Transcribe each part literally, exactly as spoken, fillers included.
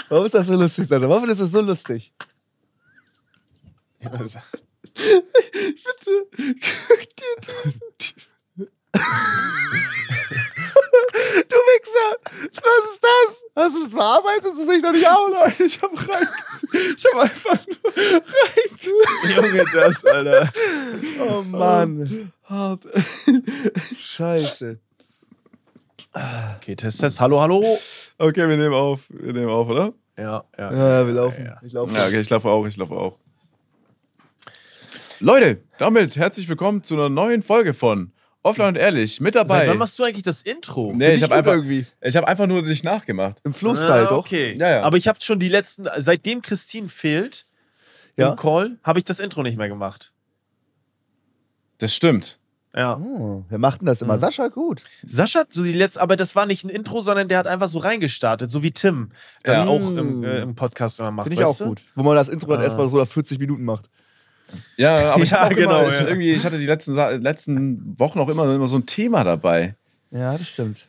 Warum ist das so lustig, Sascha? Warum ist das so lustig? Ja, Bitte, guck dir diesen Du Wichser! Was ist das? Hast du das verarbeitet? Das sehe ich doch nicht aus. Nein, ich hab rein. Ich hab einfach nur rein. Junge, das, Alter. Oh Mann. Hart. Scheiße. Okay, Test, Test. Hallo, hallo. Okay, wir nehmen auf. Wir nehmen auf, oder? Ja, ja. Ja, wir laufen. Ja, ich laufe. Ja, okay, ich laufe auch. Ich laufe auch. Leute, damit herzlich willkommen zu einer neuen Folge von Offline und Ehrlich. Mit dabei. Seit wann machst du eigentlich das Intro? Nee, ich habe einfach, hab einfach nur dich nachgemacht. Im Flo-Style, ah, doch. Okay. Ja, ja. Aber ich habe schon die letzten, seitdem Christine fehlt ja? im Call, habe ich das Intro nicht mehr gemacht. Das stimmt. Ja. Oh, wer macht denn das immer? Mhm. Sascha, gut. Sascha hat so die letzte, aber das war nicht ein Intro, sondern der hat einfach so reingestartet, so wie Tim das Ja. auch im, äh, im Podcast immer macht. Finde ich auch du? gut. Wo man das Intro dann ah. erstmal so nach vierzig Minuten macht. Ja, aber ich, ja, auch genau, immer, ich, ja. irgendwie, ich hatte die letzten, letzten Wochen auch immer, immer so ein Thema dabei. Ja, das stimmt.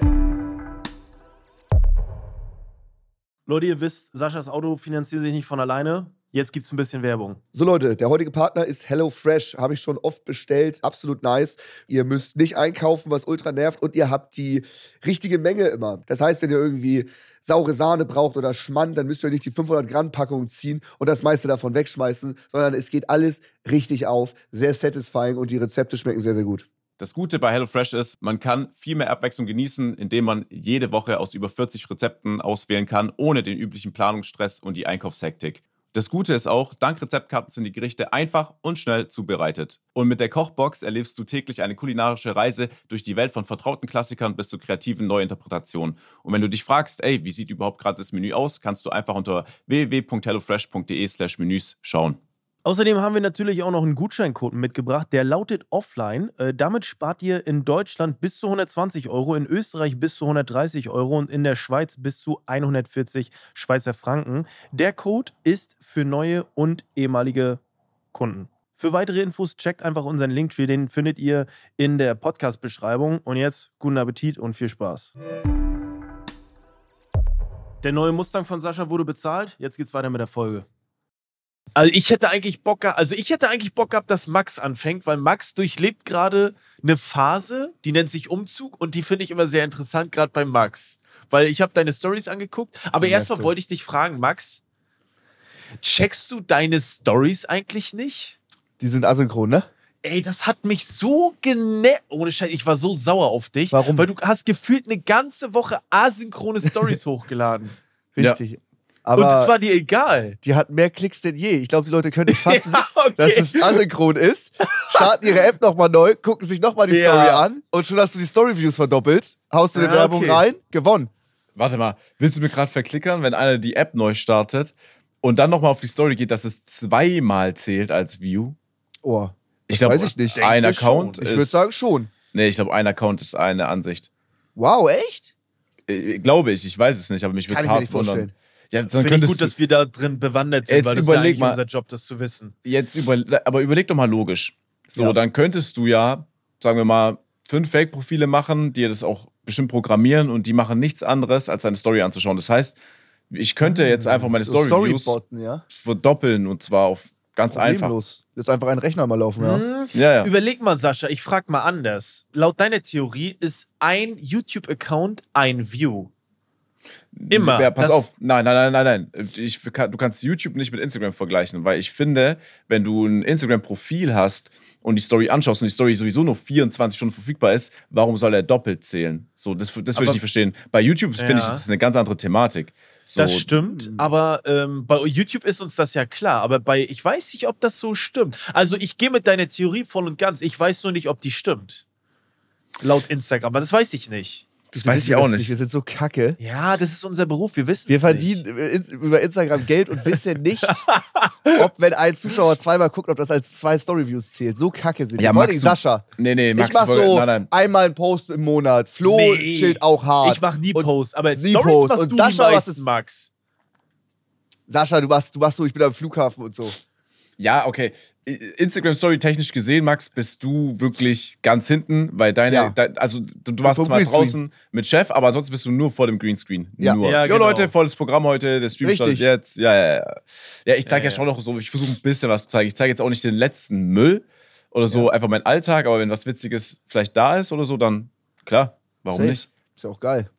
Leute, ihr wisst, Saschas Auto finanziert sich nicht von alleine. Jetzt gibt's ein bisschen Werbung. So Leute, der heutige Partner ist HelloFresh. Habe ich schon oft bestellt. Absolut nice. Ihr müsst nicht einkaufen, was ultra nervt. Und ihr habt die richtige Menge immer. Das heißt, wenn ihr irgendwie saure Sahne braucht oder Schmand, dann müsst ihr nicht die fünfhundert Gramm Packung ziehen und das meiste davon wegschmeißen, sondern es geht alles richtig auf. Sehr satisfying und die Rezepte schmecken sehr, sehr gut. Das Gute bei HelloFresh ist, man kann viel mehr Abwechslung genießen, indem man jede Woche aus über vierzig Rezepten auswählen kann, ohne den üblichen Planungsstress und die Einkaufshektik. Das Gute ist auch, dank Rezeptkarten sind die Gerichte einfach und schnell zubereitet. Und mit der Kochbox erlebst du täglich eine kulinarische Reise durch die Welt von vertrauten Klassikern bis zu kreativen Neuinterpretationen. Und wenn du dich fragst, ey, wie sieht überhaupt gerade das Menü aus, kannst du einfach unter w w w punkt hellofresh punkt de slash menüs schauen. Außerdem haben wir natürlich auch noch einen Gutscheincode mitgebracht, der lautet Offline. Äh, damit spart ihr in Deutschland bis zu hundertzwanzig Euro, in Österreich bis zu hundertdreißig Euro und in der Schweiz bis zu hundertvierzig Schweizer Franken. Der Code ist für neue und ehemalige Kunden. Für weitere Infos checkt einfach unseren Linktree, den findet ihr in der Podcast-Beschreibung. Und jetzt guten Appetit und viel Spaß. Der neue Mustang von Sascha wurde bezahlt, jetzt geht's weiter mit der Folge. Also ich hätte eigentlich Bock gehabt, also ich hätte eigentlich Bock gehabt, dass Max anfängt, weil Max durchlebt gerade eine Phase, die nennt sich Umzug und die finde ich immer sehr interessant, gerade bei Max. Weil ich habe deine Stories angeguckt, aber erstmal wollte ich dich fragen, Max, checkst du deine Stories eigentlich nicht? Die sind asynchron, ne? Ey, das hat mich so genervt. Ohne Scheiß, ich war so sauer auf dich. Warum? Weil du hast gefühlt eine ganze Woche asynchrone Stories hochgeladen. Richtig. Ja. Aber und es war dir egal. Die hat mehr Klicks denn je. Ich glaube, die Leute können nicht fassen, ja, okay. dass es asynchron ist, starten ihre App nochmal neu, gucken sich nochmal die ja. Story an und schon hast du die Story-Views verdoppelt, haust du eine ja, Werbung okay. rein, gewonnen. Warte mal, willst du mir gerade verklickern, wenn einer die App neu startet und dann nochmal auf die Story geht, dass es zweimal zählt als View? Oh, das ich glaub, weiß ich nicht. Ein Account schon. ist... Ich würde sagen schon. Nee, ich glaube, ein Account ist eine Ansicht. Wow, echt? Äh, glaube ich, ich weiß es nicht, aber mich würde es hart wundern. Ja, dann finde ich gut, dass wir da drin bewandert sind, jetzt weil das ist ja eigentlich mal, unser Job, das zu wissen. Jetzt über, aber überleg doch mal logisch. So, ja. Dann könntest du ja, sagen wir mal, fünf Fake-Profile machen, die das auch bestimmt programmieren und die machen nichts anderes, als deine Story anzuschauen. Das heißt, ich könnte jetzt einfach meine so Story-Views ja? verdoppeln und zwar auf ganz Problemlos. einfach. Jetzt einfach einen Rechner mal laufen, ja. Hm. ja, ja. Überleg mal, Sascha, ich frag mal anders. Laut deiner Theorie ist ein YouTube-Account ein View. Immer. Ja, pass das auf. Nein, nein, nein, nein, nein. Ich, du kannst YouTube nicht mit Instagram vergleichen, weil ich finde, wenn du ein Instagram-Profil hast und die Story anschaust und die Story sowieso nur vierundzwanzig Stunden verfügbar ist, warum soll er doppelt zählen? So, das, das würde ich nicht verstehen. Bei YouTube ja. finde ich, das ist eine ganz andere Thematik. So. Das stimmt, aber ähm, bei YouTube ist uns das ja klar. Aber bei, ich weiß nicht, ob das so stimmt. Also ich gehe mit deiner Theorie voll und ganz. Ich weiß nur nicht, ob die stimmt. Laut Instagram, aber das weiß ich nicht. Das weiß ich auch nicht. Wir sind so kacke. Ja, das ist unser Beruf, wir wissen es Wir verdienen nicht. über Instagram Geld und wissen nicht, ob, wenn ein Zuschauer zweimal guckt, ob das als zwei Storyviews zählt. So kacke sind ja, wir. Vor allem Sascha. Nee, nee, Max, ich mach so nein, nein. einmal einen Post im Monat. Flo nee, chillt auch hart. Ich mach nie Post, aber nie Stories Post. machst und du Sascha, die was meisten, ist, Max. Sascha, du machst, du machst so, ich bin am Flughafen und so. Ja, okay. Instagram-Story technisch gesehen, Max, bist du wirklich ganz hinten, weil deine, Ja. dein, also du, du warst Vom zwar Greenscreen. draußen mit Chef, aber ansonsten bist du nur vor dem Greenscreen. Ja. Nur. Ja, Jo, genau. Leute, volles Programm heute, der Stream startet Richtig. jetzt. Ja, ja, ja. Ja, ich zeige ja, Ja, schon noch so, ich versuche ein bisschen was zu zeigen. Ich zeige jetzt auch nicht den letzten Müll oder so, einfach meinen Alltag, aber wenn was Witziges vielleicht da ist oder so, dann klar, warum Safe. nicht? Ist ja auch geil.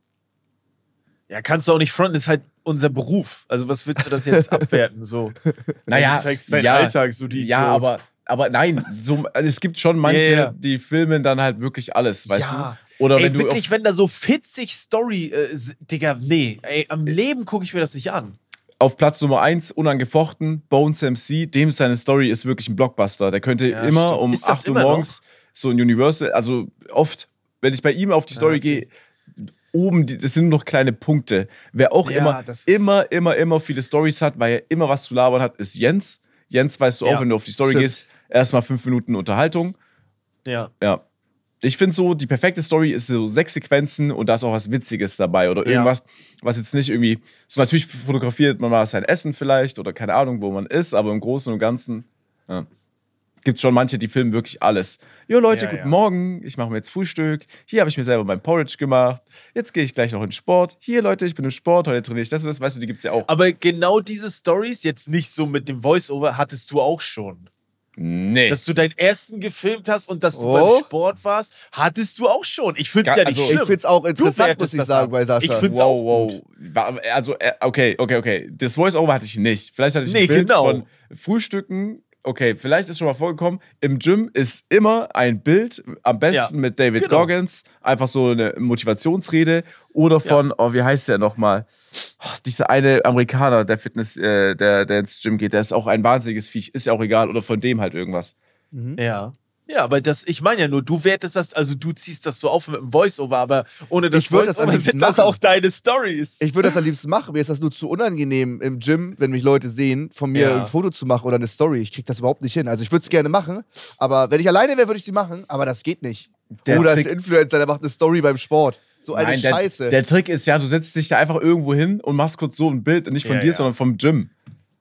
Ja, kannst du auch nicht fronten, ist halt unser Beruf. Also was willst du das jetzt abwerten? So. Naja, du zeigst deinen ja, Alltag, so die Ja, Idiot. aber, aber nein, so, also es gibt schon manche, Ja, ja. die filmen dann halt wirklich alles, weißt Ja. du? Oder ey, wenn du wirklich, auf, wenn da so vierzig Story, äh, s- Digga, nee, ey, am Leben gucke ich mir das nicht an. auf Platz Nummer eins, unangefochten, Bones M C, dem seine Story ist wirklich ein Blockbuster. Der könnte Ja, immer stimmt. um Ist das acht Uhr immer noch? morgens so ein Universal, also oft, wenn ich bei ihm auf die Story okay. gehe, oben, die, das sind nur noch kleine Punkte. Wer auch Ja, immer, das ist- immer, immer, immer viele Stories hat, weil er immer was zu labern hat, ist Jens. Jens, weißt du auch, Ja, wenn du auf die Story stimmt. gehst, erstmal fünf Minuten Unterhaltung. Ja. Ja. Ich finde so, die perfekte Story ist so sechs Sequenzen und da ist auch was Witziges dabei oder Ja. irgendwas, was jetzt nicht irgendwie, so natürlich fotografiert man mal sein Essen vielleicht oder keine Ahnung, wo man ist, aber im Großen und Ganzen ja, gibt es schon manche, die filmen wirklich alles. Jo Leute, Ja, guten ja. Morgen, ich mache mir jetzt Frühstück, hier habe ich mir selber mein Porridge gemacht, jetzt gehe ich gleich noch in den Sport, hier Leute, ich bin im Sport, heute trainiere ich das und das, weißt du, die gibt es ja auch. Aber genau diese Stories, jetzt nicht so mit dem Voice-Over, hattest du auch schon. Nee. Dass du deinen ersten gefilmt hast und dass du Oh. beim Sport warst, hattest du auch schon. Ich find's Ga- ja nicht also, schlimm. Ich find's auch interessant, wertest muss ich das sagen, ab. bei Sascha. Ich find's wow, auch wow. gut. War- Also, äh, okay, okay, okay. Das Voice-Over hatte ich nicht. Vielleicht hatte ich Nee, ein Bild genau. von Frühstücken. Okay, vielleicht ist schon mal vorgekommen. Im Gym ist immer ein Bild, am besten Ja, mit David genau. Goggins, einfach so eine Motivationsrede. Oder von, oh, wie heißt der nochmal? Oh, dieser eine Amerikaner, der Fitness, äh, der, der ins Gym geht, der ist auch ein wahnsinniges Viech, ist ja auch egal. Oder von dem halt irgendwas. Ja. Ja, aber das, ich meine ja nur, du wertest das, also du ziehst das so auf mit dem Voice-Over, aber ohne das Ich würd das am Voice-Over liebsten sind das machen. auch deine Stories. Ich würde das am liebsten machen. Mir ist das nur zu unangenehm im Gym, wenn mich Leute sehen, von mir Ja. ein Foto zu machen oder eine Story. Ich krieg das überhaupt nicht hin. Also ich würde es gerne machen, aber wenn ich alleine wäre, würde ich sie machen, aber das geht nicht. Der Oder Trick- ist der Influencer, der macht eine Story beim Sport. So eine Nein, der, Scheiße. der Trick ist ja, du setzt dich da einfach irgendwo hin und machst kurz so ein Bild, nicht von Ja, dir, ja. sondern vom Gym.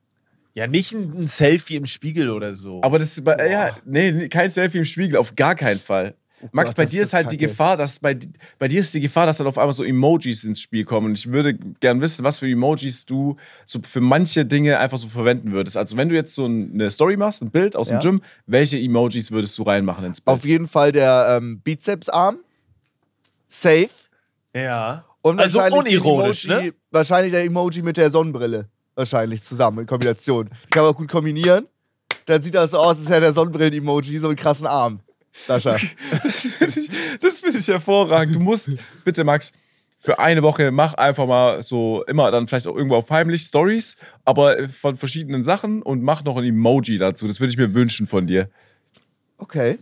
Ja, nicht ein, ein Selfie im Spiegel oder so. Aber das ist bei, ja, nee, nee, kein Selfie im Spiegel, auf gar keinen Fall. Max, Gott, bei das dir ist ist halt Kacke. die Gefahr, dass bei, bei dir ist die Gefahr, dass dann auf einmal so Emojis ins Spiel kommen. Und ich würde gern wissen, was für Emojis du so für manche Dinge einfach so verwenden würdest. Also wenn du jetzt so eine Story machst, ein Bild aus Ja. dem Gym, welche Emojis würdest du reinmachen ins Bild? Auf jeden Fall der ähm, Bizepsarm. Safe. ja. Und Also wahrscheinlich den unironisch, Emoji, ne? Wahrscheinlich der Emoji mit der Sonnenbrille. Wahrscheinlich zusammen in Kombination. Kann man auch gut kombinieren. Dann sieht das so aus, als hätte der Sonnenbrillen-Emoji so einen krassen Arm. Sascha. Das finde ich, das find ich hervorragend. Du musst, bitte Max, für eine Woche mach einfach mal so, immer dann vielleicht auch irgendwo auf heimlich Stories, aber von verschiedenen Sachen und mach noch ein Emoji dazu. Das würde ich mir wünschen von dir. Okay.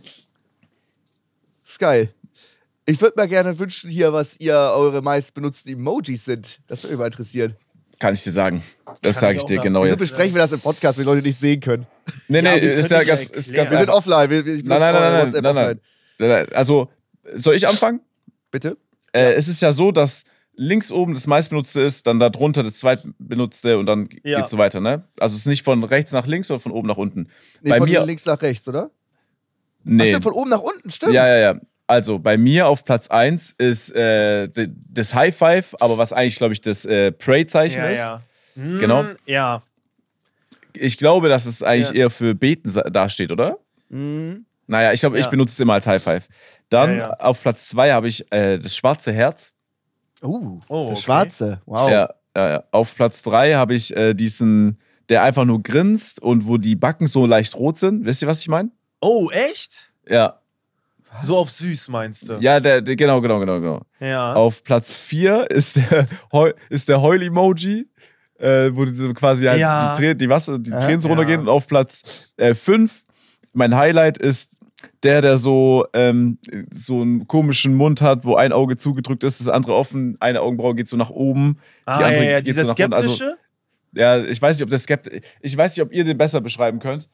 Ist geil. Ich würde mir gerne wünschen hier, was ihr eure meist benutzten Emojis sind. Das würde mich mal interessieren. Kann ich dir sagen. Das Kann sage ich ich auch dir nach- genau Wieso jetzt. besprechen wir das im Podcast, wenn Leute nicht sehen können? Nee, Ja, nee, wie ist könnt ja ihr ganz, erklären? ist ganz Wir sind einfach. offline. Wir, ich Nein, nein, benutze nein, eure nein, WhatsApp nein, nein, offline. nein, nein. Also, soll ich anfangen? Bitte? Äh, es ist ja so, dass links oben das meistbenutzte ist, dann darunter das zweitbenutzte und dann Ja. geht's so weiter, ne? Also es ist nicht von rechts nach links, sondern von oben nach unten. Nee, Bei von mir, links nach rechts, oder? Ach, nee. stimmt, von oben nach unten, stimmt. Ja, ja, ja. Also bei mir auf Platz eins ist äh, d- das High Five, aber was eigentlich, glaube ich, das äh, Pray-Zeichen ja, ist. ja. Hm, Genau. Ja. Ich glaube, dass es eigentlich Ja. eher für Beten sa- dasteht, oder? Mhm. Naja, ich glaube, ich Ja. benutze es immer als High Five. Dann Ja, ja. auf Platz zwei habe ich äh, das schwarze Herz. Uh, Oh, das okay. Schwarze. Wow. Ja, ja, ja. Auf Platz drei habe ich äh, diesen, der einfach nur grinst und wo die Backen so leicht rot sind. Wisst ihr, was ich meine? Oh, echt? Ja. So auf süß meinst du? Ja, der, der, genau, genau, genau, genau. Ja. Auf Platz vier ist der, Heu, ist der Heul-Emoji, äh, wo diese quasi halt Ja. die, Trä die Wasser, die Ja. Tränen so Ja. runtergehen. Und auf Platz äh, fünf, mein Highlight ist der, der so, ähm, so einen komischen Mund hat, wo ein Auge zugedrückt ist, das andere offen, eine Augenbraue geht so nach oben, ah, die andere ja, ja, geht dieser so nach unten. Also, skeptische? ja, ich weiß nicht, ob der Skeptisch. Ich weiß nicht, ob ihr den besser beschreiben könnt.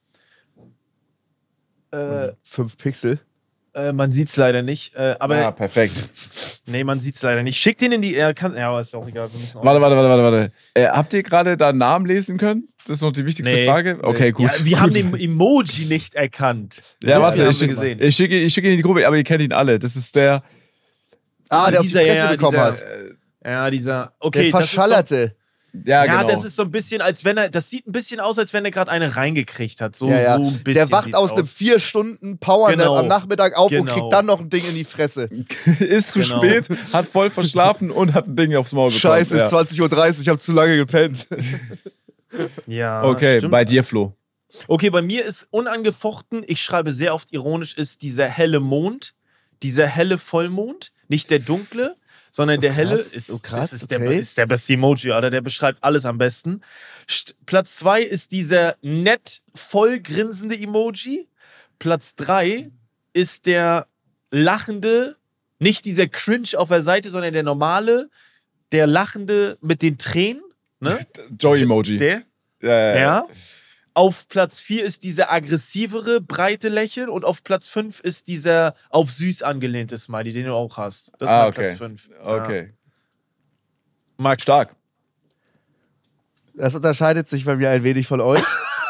äh, Fünf Pixel. äh, man sieht's leider nicht. Äh, aber Ja, perfekt. nee, man sieht's leider nicht. Schickt den in die. Er kann, ja, aber ist auch egal. Wir müssen auch Warte, warte, warte, warte, warte. Äh, habt ihr gerade da einen Namen lesen können? Das ist noch die wichtigste Nee. Frage. Okay, gut. Ja, wir gut. haben den Emoji nicht erkannt. Ja, So warte, viel ich, haben wir gesehen. ich schicke ich schicke ihn in die Gruppe, aber ihr kennt ihn alle. Das ist der. Ah, der auf die Dieser, Fresse ja, bekommen dieser- hat. Ja, dieser. Okay, Der das ist so, Verschallerte. Ja, ja, genau. das ist so ein bisschen, als wenn er. Das sieht ein bisschen aus, als wenn er gerade eine reingekriegt hat. So, Ja, ja. so ein bisschen. Der wacht sieht's aus einem vier Stunden Powernap Genau. am Nachmittag auf und Genau. kriegt dann noch ein Ding in die Fresse. ist zu Genau. spät, hat voll verschlafen und hat ein Ding aufs Maul bekommen. Scheiße, ja. ist zwanzig Uhr dreißig, ich hab zu lange gepennt. Ja, Okay, stimmt. bei dir, Flo. Okay, bei mir ist unangefochten, ich schreibe sehr oft ironisch, ist dieser helle Mond, dieser helle Vollmond, nicht der dunkle, sondern der helle krass, ist, oh krass, das ist, okay. der, ist der beste Emoji, Alter, der beschreibt alles am besten. St Platz zwei ist dieser nett voll grinsende Emoji. Platz drei ist der lachende, nicht dieser Cringe auf der Seite, sondern der normale, der lachende mit den Tränen. Ne? Joy-Emoji. Der? Ja, ja, ja. Ja. Auf Platz vier ist dieser aggressivere, breite Lächeln und auf Platz fünf ist dieser auf süß angelehnte Smiley, den du auch hast. Das ist Ah, mein okay. Platz fünf. Okay. Max. Stark. Das unterscheidet sich bei mir ein wenig von euch.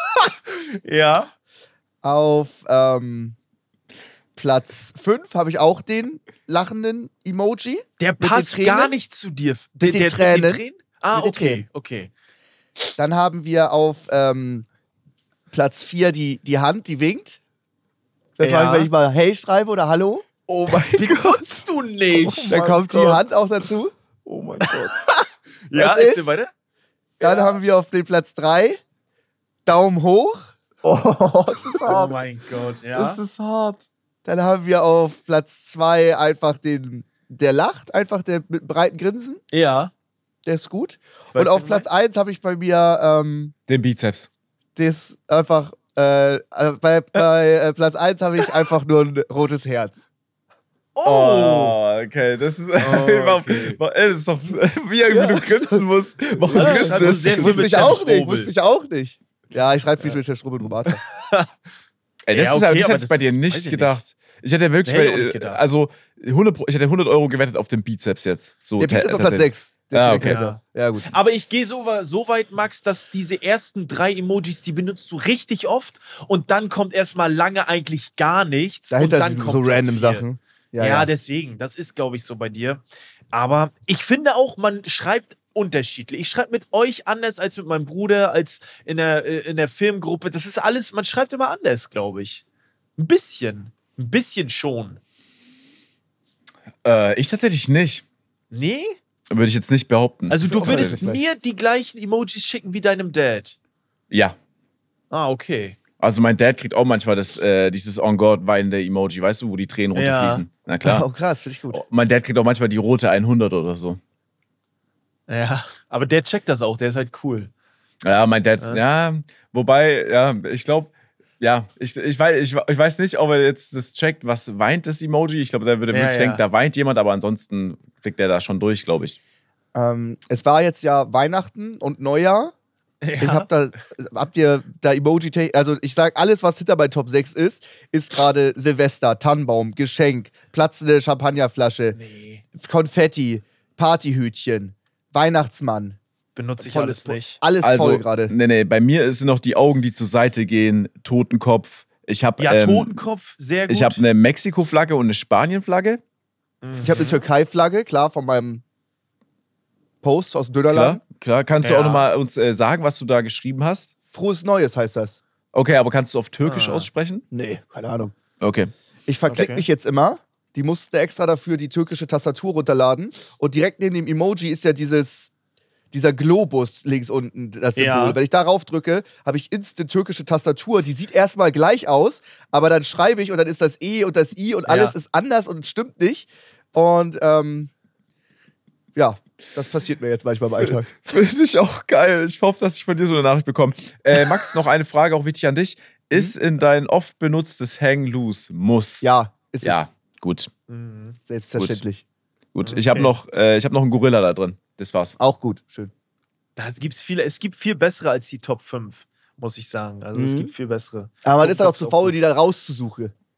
Ja. Auf ähm, Platz fünf habe ich auch den lachenden Emoji. Der den passt Tränen? gar nicht zu dir. Der, den der, Tränen? Mit den Tränen? Ah, Mit den okay, Tränen. okay. Dann haben wir auf ähm, Platz vier die, die Hand, die winkt. Das Ja. mache ich, wenn ich mal Hey schreibe oder Hallo. Oh mein Benutzt du nicht. Dann mein kommt die Gott. Hand auch dazu. Oh mein Gott. Ja, Das ist- erzähl weiter. Dann haben wir auf den Platz drei Daumen hoch. Oh, das ist Oh hart. mein Gott, ja. Ist das hart. Dann haben wir auf Platz zwei einfach den, der lacht, einfach der mit einem breiten Grinsen. Ja. Der ist gut. weiß, Und auf wie du Platz meinst. eins habe ich bei mir ähm, Den Bizeps. das einfach, äh, äh, bei, bei äh, Platz eins habe ich einfach nur ein rotes Herz. Oh. Oh, okay. Das ist, warum, okay. warum- ey, das ist doch, wie irgendwie du grinsen musst. Warum Ja, das grinst hat du? so sehr viel Wusste mit ich Chef auch nicht, Strobel. wusste ich auch nicht. Ja, ich schreibe viel mit Chef Strobel drüber. Ey, das Ja, ist, okay, das aber hätte ich bei das dir ist- weiß nicht ich gedacht. Ich hätte wirklich, Hätte ich auch bei- nicht gedacht. also hundert, Pro- ich hätte hundert Euro gewettet auf den Bizeps jetzt. So Der Pizza ist ta- auf Platz tatsächlich. sechs. Ah, Deswegen okay. kennt er. Ja, gut. Aber ich gehe so, so weit, Max, dass diese ersten drei Emojis, die benutzt du richtig oft und dann kommt erstmal lange eigentlich gar nichts. Dahinter und dann sind kommt so ganz random viel. Sachen. Ja, Ja, deswegen. Das ist, glaube ich, so bei dir. Aber ich finde auch, man schreibt unterschiedlich. Ich schreibe mit euch anders als mit meinem Bruder, als in der, äh, in der Filmgruppe. Das ist alles, man schreibt immer anders, glaube ich. Ein bisschen. Ein bisschen schon. Äh, ich tatsächlich nicht. Nee? Würde ich jetzt nicht behaupten. Also du Auch würdest nicht. mir die gleichen Emojis schicken wie deinem Dad. ja. Ah, okay. Also mein Dad kriegt auch manchmal das, äh, dieses On God weinende Emoji, weißt du, wo die Tränen Ja. runterfließen. Na klar. Oh, krass, finde ich gut. Mein Dad kriegt auch manchmal die rote hundert oder so. Ja, aber der checkt das auch, der ist halt cool. Ja, mein Dad, ja, wobei, ja, ich glaube, ja, ich, ich, weiß, ich, ich weiß nicht, ob er jetzt das checkt, was weint das Emoji. Ich glaube, der würde Ja, wirklich ja. denken, da weint jemand, aber ansonsten kriegt der da schon durch, glaube ich. Ähm, es war jetzt ja Weihnachten und Neujahr. Ja. Ich hab da, habt ihr da Emoji, also ich sag, alles, was hinter bei Top sechs ist, ist gerade Silvester, Tannenbaum, Geschenk, platzende Champagnerflasche, Nee, Konfetti, Partyhütchen, Weihnachtsmann. benutze ich Volles- alles nicht. Alles Also, voll gerade. nee, nee, bei mir sind noch die Augen, die zur Seite gehen, Totenkopf. Ich habe Ja, ähm, Totenkopf, sehr gut. ich habe eine Mexiko-Flagge und eine Spanien-Flagge. Ich habe eine Türkei-Flagge, klar, von meinem Post aus dem Klar, Dönerladen. klar. Kannst Ja. du auch nochmal uns äh, sagen, was du da geschrieben hast? Frohes Neues heißt das. Okay, aber kannst du auf Türkisch Ah. aussprechen? Nee, keine Ahnung. Okay. Ich verklick Okay. mich jetzt immer. Die mussten extra dafür die türkische Tastatur runterladen. Und direkt neben dem Emoji ist ja dieses, dieser Globus links unten, das Symbol. Ja. Wenn ich darauf drücke, habe ich instant türkische Tastatur. Die sieht erstmal gleich aus, aber dann schreibe ich und dann ist das E und das I und alles Ja. ist anders und stimmt nicht. Und ähm, ja, das passiert mir jetzt manchmal im Alltag. Finde ich auch geil. Ich hoffe, dass ich von dir so eine Nachricht bekomme. Äh, Max, noch eine Frage, auch wichtig an dich. Ist in dein oft benutztes Hang Loose Muss? Ja, ist Ja, gut. Mhm. es. Selbstverständlich. Gut. Okay. Ich habe noch, äh, ich hab noch einen Gorilla da drin. Das war's. Auch gut, schön. Da gibt's viele, es gibt viel bessere als die Top fünf, muss ich sagen. Also es Mhm. gibt viel bessere. Aber man Top ist dann auch fünf zu ist faul, gut. die dann rauszusuchen.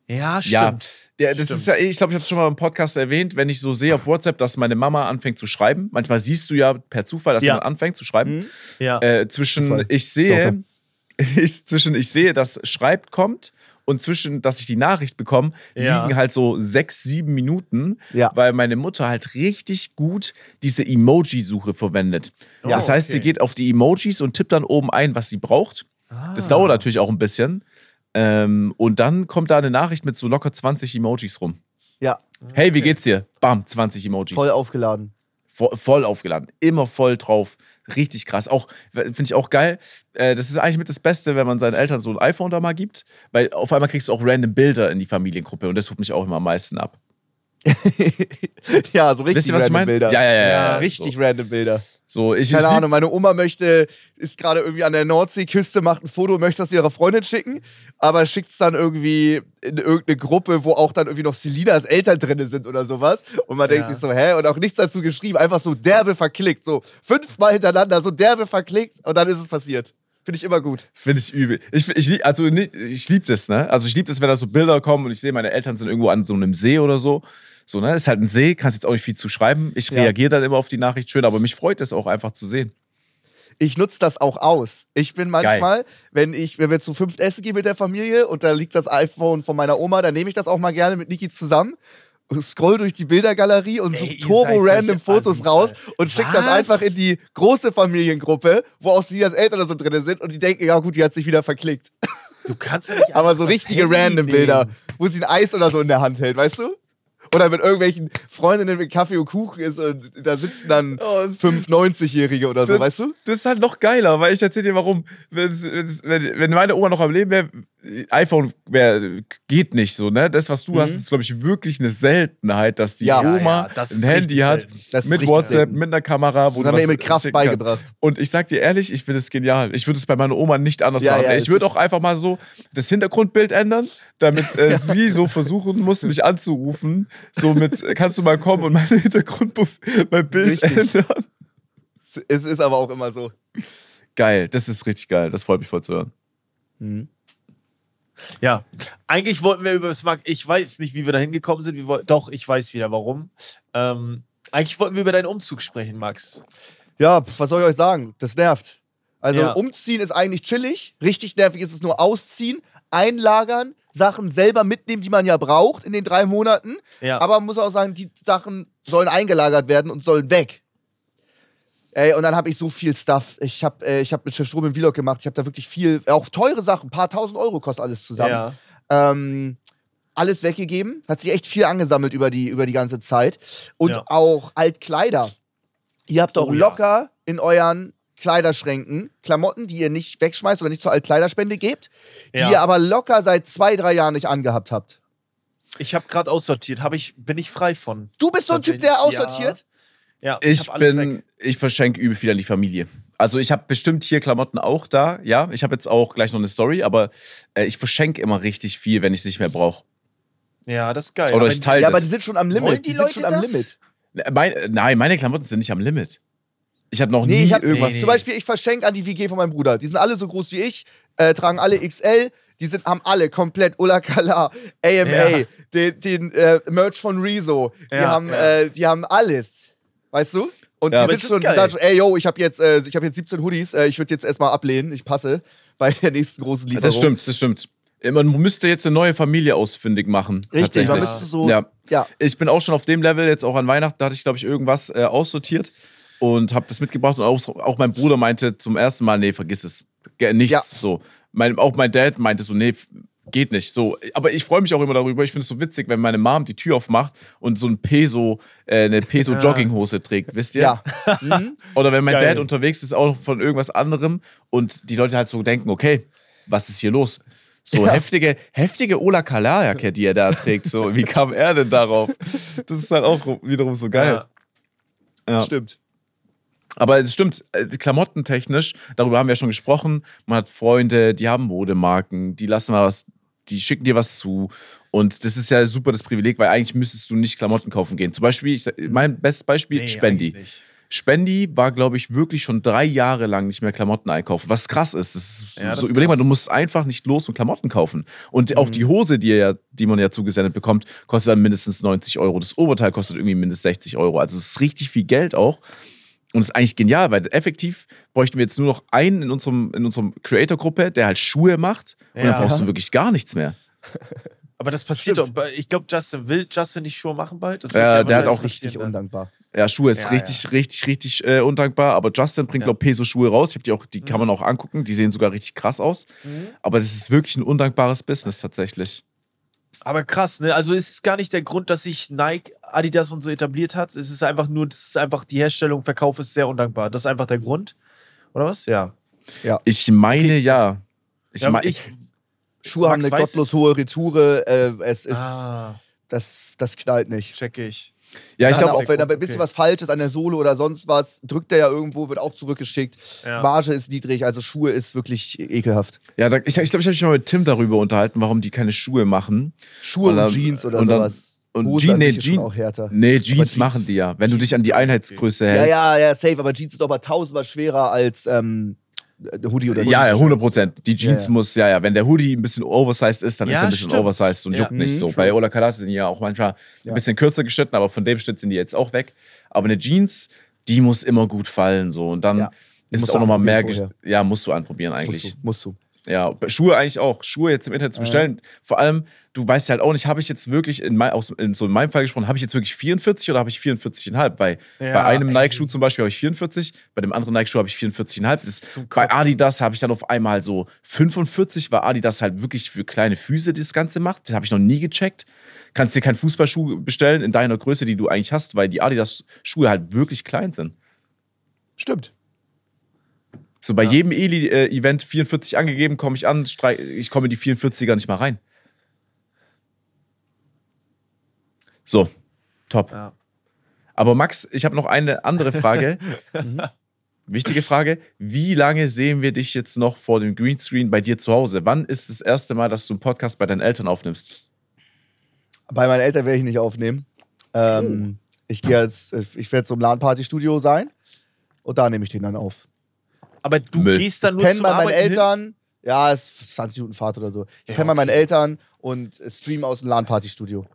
Ja, stimmt. Ja, der, das Stimmt. ist ja, ich glaube, ich habe es schon mal im Podcast erwähnt, wenn ich so sehe auf WhatsApp, dass meine Mama anfängt zu schreiben. Manchmal siehst du ja per Zufall, dass Ja. jemand anfängt zu schreiben. Mhm. Ja. Äh, zwischen Zufall. ich sehe, ich, zwischen ich sehe, dass schreibt kommt und zwischen, dass ich die Nachricht bekomme, Ja. liegen halt so sechs, sieben Minuten, Ja. weil meine Mutter halt richtig gut diese Emoji-Suche verwendet. Oh, das heißt, sie okay. geht auf die Emojis und tippt dann oben ein, was sie braucht. Das dauert natürlich auch ein bisschen. Ähm, und dann kommt da eine Nachricht mit so locker zwanzig Emojis rum. Ja, Hey, wie geht's dir? Bam, zwanzig Emojis. voll aufgeladen. Voll, voll aufgeladen. Immer voll drauf. Richtig krass. Auch, finde ich auch geil. Äh, das ist eigentlich mit das Beste, wenn man seinen Eltern so ein iPhone da mal gibt. Weil auf einmal kriegst du auch random Bilder in die Familiengruppe. Und das holt mich auch immer am meisten ab. Ja, so richtig Wisst ihr, was ich random meine? Bilder. Ja, ja, ja. Ja, ja. Richtig So, random Bilder. so ich, Keine ich lieb- Ahnung, meine Oma möchte, ist gerade irgendwie an der Nordseeküste, macht ein Foto, möchte das ihrer Freundin schicken, aber schickt es dann irgendwie in irgendeine Gruppe, wo auch dann irgendwie noch Selinas Eltern drin sind oder sowas. Und man denkt Ja. sich so, hä? Und auch nichts dazu geschrieben, einfach so derbe verklickt. So fünfmal hintereinander, so derbe verklickt und dann ist es passiert. Finde ich immer gut. Finde ich übel. Ich, ich, lieb- also, nicht- ich liebe das, ne? Also, ich liebe das, wenn da so Bilder kommen und ich sehe, meine Eltern sind irgendwo an so einem See oder so. So, ne? Ist halt ein See, kannst jetzt auch nicht viel zu schreiben. Ich Ja. reagiere dann immer auf die Nachricht schön, aber mich freut es auch einfach zu sehen. Ich nutze das auch aus. Ich bin manchmal, wenn ich, wenn wir zu fünft essen gehen mit der Familie und da liegt das iPhone von meiner Oma, dann nehme ich das auch mal gerne mit Niki zusammen, scroll durch die Bildergalerie und Ey, suche ihr seid turbo-random solche Fotos Assis, raus Alter. und schick das Was? einfach in die große Familiengruppe, wo auch Selinas Eltern oder so drin sind und die denken, ja gut, die hat sich wieder verklickt. Du kannst ja nicht Aber einfach so das richtige Handy random nehmen. Bilder, wo sie ein Eis oder so in der Hand hält, weißt du? Oder mit irgendwelchen Freundinnen mit Kaffee und Kuchen ist und da sitzen dann Oh, es- fünf neunzig-Jährige oder so, Das- weißt du? Das ist halt noch geiler, weil ich erzähle dir warum. Wenn's- wenn's- Wenn, wenn meine Oma noch am Leben wäre, iPhone wär, geht nicht so, ne? Das, was du Mhm. hast, ist, glaube ich, wirklich eine Seltenheit, dass die Ja. Oma Ja, ja, das ein ist Handy richtig hat selten. Das ist mit richtig WhatsApp, selten. mit einer Kamera, wo Das du haben wir was ihr mit Kraft schicken kannst. beigebracht. Und ich sag dir ehrlich, ich finde es genial. Ich würde es bei meiner Oma nicht anders Ja, machen. ja, ich es würde ist- auch einfach mal so das Hintergrundbild ändern, damit äh, sie so versuchen muss, mich anzurufen. So mit, kannst du mal kommen und mein Hintergrund, mein Bild Richtig. ändern. Es ist aber auch immer so. Geil, das ist richtig geil. Das freut mich voll zu hören. Mhm. Ja, eigentlich wollten wir über das Markt. Ich weiß nicht, wie wir da hingekommen sind. Wir wollten, doch, ich weiß wieder warum. Ähm, eigentlich wollten wir über deinen Umzug sprechen, Max. Ja, pf, was soll ich euch sagen? Das nervt. Also Ja. umziehen ist eigentlich chillig. Richtig nervig ist es nur ausziehen, einlagern, Sachen selber mitnehmen, die man ja braucht in den drei Monaten. Ja. Aber man muss auch sagen, die Sachen sollen eingelagert werden und sollen weg. Ey, und dann habe ich so viel Stuff. Ich habe äh, ich hab mit Chef Strom im Vlog gemacht. Ich habe da wirklich viel, auch teure Sachen, ein paar tausend Euro kostet alles zusammen. Ja. Ähm, alles weggegeben. Hat sich echt viel angesammelt über die, über die ganze Zeit. Und Ja. auch Altkleider. Ihr habt doch Oh ja. locker in euren Kleiderschränken Klamotten, die ihr nicht wegschmeißt oder nicht zur Altkleiderspende gebt, die Ja. ihr aber locker seit zwei, drei Jahren nicht angehabt habt. Ich habe gerade aussortiert. Hab ich, bin ich frei von. Du bist so ein Typ, der aussortiert? Ja, Ich hab alles bin, weg. ich verschenke übel viel an die Familie. Also ich habe bestimmt hier Klamotten auch da, ja. Ich habe jetzt auch gleich noch eine Story, aber äh, ich verschenke immer richtig viel, wenn ich es nicht mehr brauche. Ja, das ist geil. Oder Aber ich teile Ja, das. aber die sind schon am Wollen Limit. die Die, sind schon Leute am das? Limit. Mein, nein, meine Klamotten sind nicht am Limit. Ich habe noch Nee, nie ich hab, irgendwas. Nee, nee. Zum Beispiel, ich verschenke an die W G von meinem Bruder. Die sind alle so groß wie ich, äh, tragen alle X L. Die sind, haben alle komplett Ulla Kala, A M A, Ja. den, den äh, Merch von Rezo. Die, Ja, haben, ja. Äh, die haben alles. Weißt du? Und Ja. die Aber sind das schon, ist die geil. sagen schon, ey, yo, ich habe jetzt, äh, ich hab jetzt siebzehn Hoodies, äh, ich würde jetzt erstmal ablehnen, ich passe, bei der nächsten großen Lieferung. Das stimmt, das stimmt. Man müsste jetzt eine neue Familie ausfindig machen. Richtig, man tatsächlich. müsste so, Ja. ja. Ich bin auch schon auf dem Level, jetzt auch an Weihnachten, da hatte ich, glaube ich, irgendwas äh, aussortiert und habe das mitgebracht. Und auch, auch mein Bruder meinte zum ersten Mal, nee, vergiss es. Ge- Nichts. Ja. So. Mein, auch mein Dad meinte so, nee, f- geht nicht. So. Aber ich freue mich auch immer darüber. Ich finde es so witzig, wenn meine Mom die Tür aufmacht und so ein Peso, äh, eine Peso-Jogginghose trägt, wisst ihr? Ja. Mhm. Oder wenn mein Geil. Dad unterwegs ist, auch von irgendwas anderem und die Leute halt so denken, okay, was ist hier los? So Ja. heftige, heftige Ola Kala-Jacke, die er da trägt. So, wie kam er denn darauf? Das ist halt auch wiederum so geil. Ja. Ja. Stimmt. Aber es stimmt, äh, klamottentechnisch, darüber haben wir ja schon gesprochen. Man hat Freunde, die haben Modemarken, die lassen mal was, die schicken dir was zu. Und das ist ja super das Privileg, weil eigentlich müsstest du nicht Klamotten kaufen gehen. Zum Beispiel, ich, sag- mein bestes Beispiel, Nee, Spendi. eigentlich nicht. Spendi war, glaube ich, wirklich schon drei Jahre lang nicht mehr Klamotten einkaufen, was krass ist. Das ist Ja, das so, ist überleg mal, krass. du musst einfach nicht los und Klamotten kaufen. Und auch die Hose, die, ja, die man ja zugesendet bekommt, kostet dann mindestens neunzig Euro. Das Oberteil kostet irgendwie mindestens sechzig Euro. Also es ist richtig viel Geld auch. Und es ist eigentlich genial, weil effektiv bräuchten wir jetzt nur noch einen in unserem, in unserem Creator-Gruppe, der halt Schuhe macht. Und Ja. dann brauchst du wirklich gar nichts mehr. Aber das passiert doch. Ich glaube, Justin will Justin nicht Schuhe machen bald. Das Äh, wird ja der hat wahrscheinlich auch Richtig passieren dann. undankbar. Ja, Schuhe ist Ja, richtig, richtig, richtig äh, undankbar. Aber Justin bringt, Ja. glaube ich, Peso-Schuhe raus. Ich hab die auch, die kann man auch angucken. Die sehen sogar richtig krass aus. Mhm. Aber das ist wirklich ein undankbares Business tatsächlich. Aber krass, ne? Also es ist gar nicht der Grund, dass sich Nike, Adidas und so etabliert hat. Es ist einfach nur, das ist einfach die Herstellung, Verkauf ist sehr undankbar. Das ist einfach der Grund. Oder was? Ja. Ich meine, Okay. ja. Ich ja aber meine, ich, Schuhe haben Max eine weiß gottlos es. hohe Retoure. Äh, es ist, ah, das, das knallt nicht. check ich. ja, ich Kann glaube auch, wenn da ein okay. bisschen was falsch ist an der Sohle oder sonst was, drückt der ja irgendwo, wird auch zurückgeschickt. Ja. Marge ist niedrig, also Schuhe ist wirklich ekelhaft. ja, da, ich, ich, glaub, ich habe mich mal mit Tim darüber unterhalten, warum die keine Schuhe machen. Schuhe Und und, dann- Jeans oder und dann- sowas. und Hose Jean- an nee, sich ist schon Jean- auch härter. Nee, Jeans, Jeans- machen die ja. Wenn du Jeans dich an die ist okay. Einheitsgröße Ja, hältst. ja, ja, safe, aber Jeans ist doch mal tausendmal schwerer als ähm, Hoodie oder Ja, ja, Hoodie. hundert Prozent. Die Jeans Ja, ja. muss, ja, ja, wenn der Hoodie ein bisschen oversized ist, dann Ja, ist er ein bisschen stimmt. oversized und Ja. juckt nicht Mhm, so. true. Bei Ola Kalas sind die ja auch manchmal ein Ja. bisschen kürzer geschnitten, aber von dem Schnitt sind die jetzt auch weg. Aber eine Jeans, die muss immer gut fallen so und dann Ja. Die ist es musst auch du nochmal mehr. anprobieren gesch- Ja, musst du anprobieren eigentlich. Musst du, musst du. Ja, Schuhe eigentlich auch. Schuhe jetzt im Internet zu bestellen. Vor allem, du weißt halt auch nicht, habe ich jetzt wirklich, in, mein, aus, in so in meinem Fall gesprochen, habe ich jetzt wirklich vierundvierzig oder habe ich vierundvierzig Komma fünf? Bei, Ja, bei einem ey. Nike-Schuh zum Beispiel habe ich vierundvierzig, bei dem anderen Nike-Schuh habe ich vierundvierzig Komma fünf. Das ist zum Bei Kotzen. Adidas habe ich dann auf einmal so fünfundvierzig, weil Adidas halt wirklich für kleine Füße das Ganze macht. Das habe ich noch nie gecheckt. Kannst dir keinen Fußballschuh bestellen in deiner Größe, die du eigentlich hast, weil die Adidas-Schuhe halt wirklich klein sind. Stimmt. So bei jedem Eli-Event vierundvierzig angegeben, komme ich an, streich, ich komme in die vierundvierziger nicht mal rein. So, top. Ja. Aber Max, ich habe noch eine andere Frage. Wichtige Frage. Wie lange sehen wir dich jetzt noch vor dem Greenscreen bei dir zu Hause? Wann ist das erste Mal, dass du einen Podcast bei deinen Eltern aufnimmst? Bei meinen Eltern werde ich nicht aufnehmen. Ähm, ich gehe jetzt, ich werde so im LAN-Party-Studio sein und da nehme ich den dann auf. Aber du Müll. gehst dann nur Penne zum bei meinen Arbeiten hin? Eltern, ja, es ist zwanzig Minuten Fahrt oder so. Ich Ja, penne bei meinen okay. Eltern und stream aus dem LAN-Party-Studio.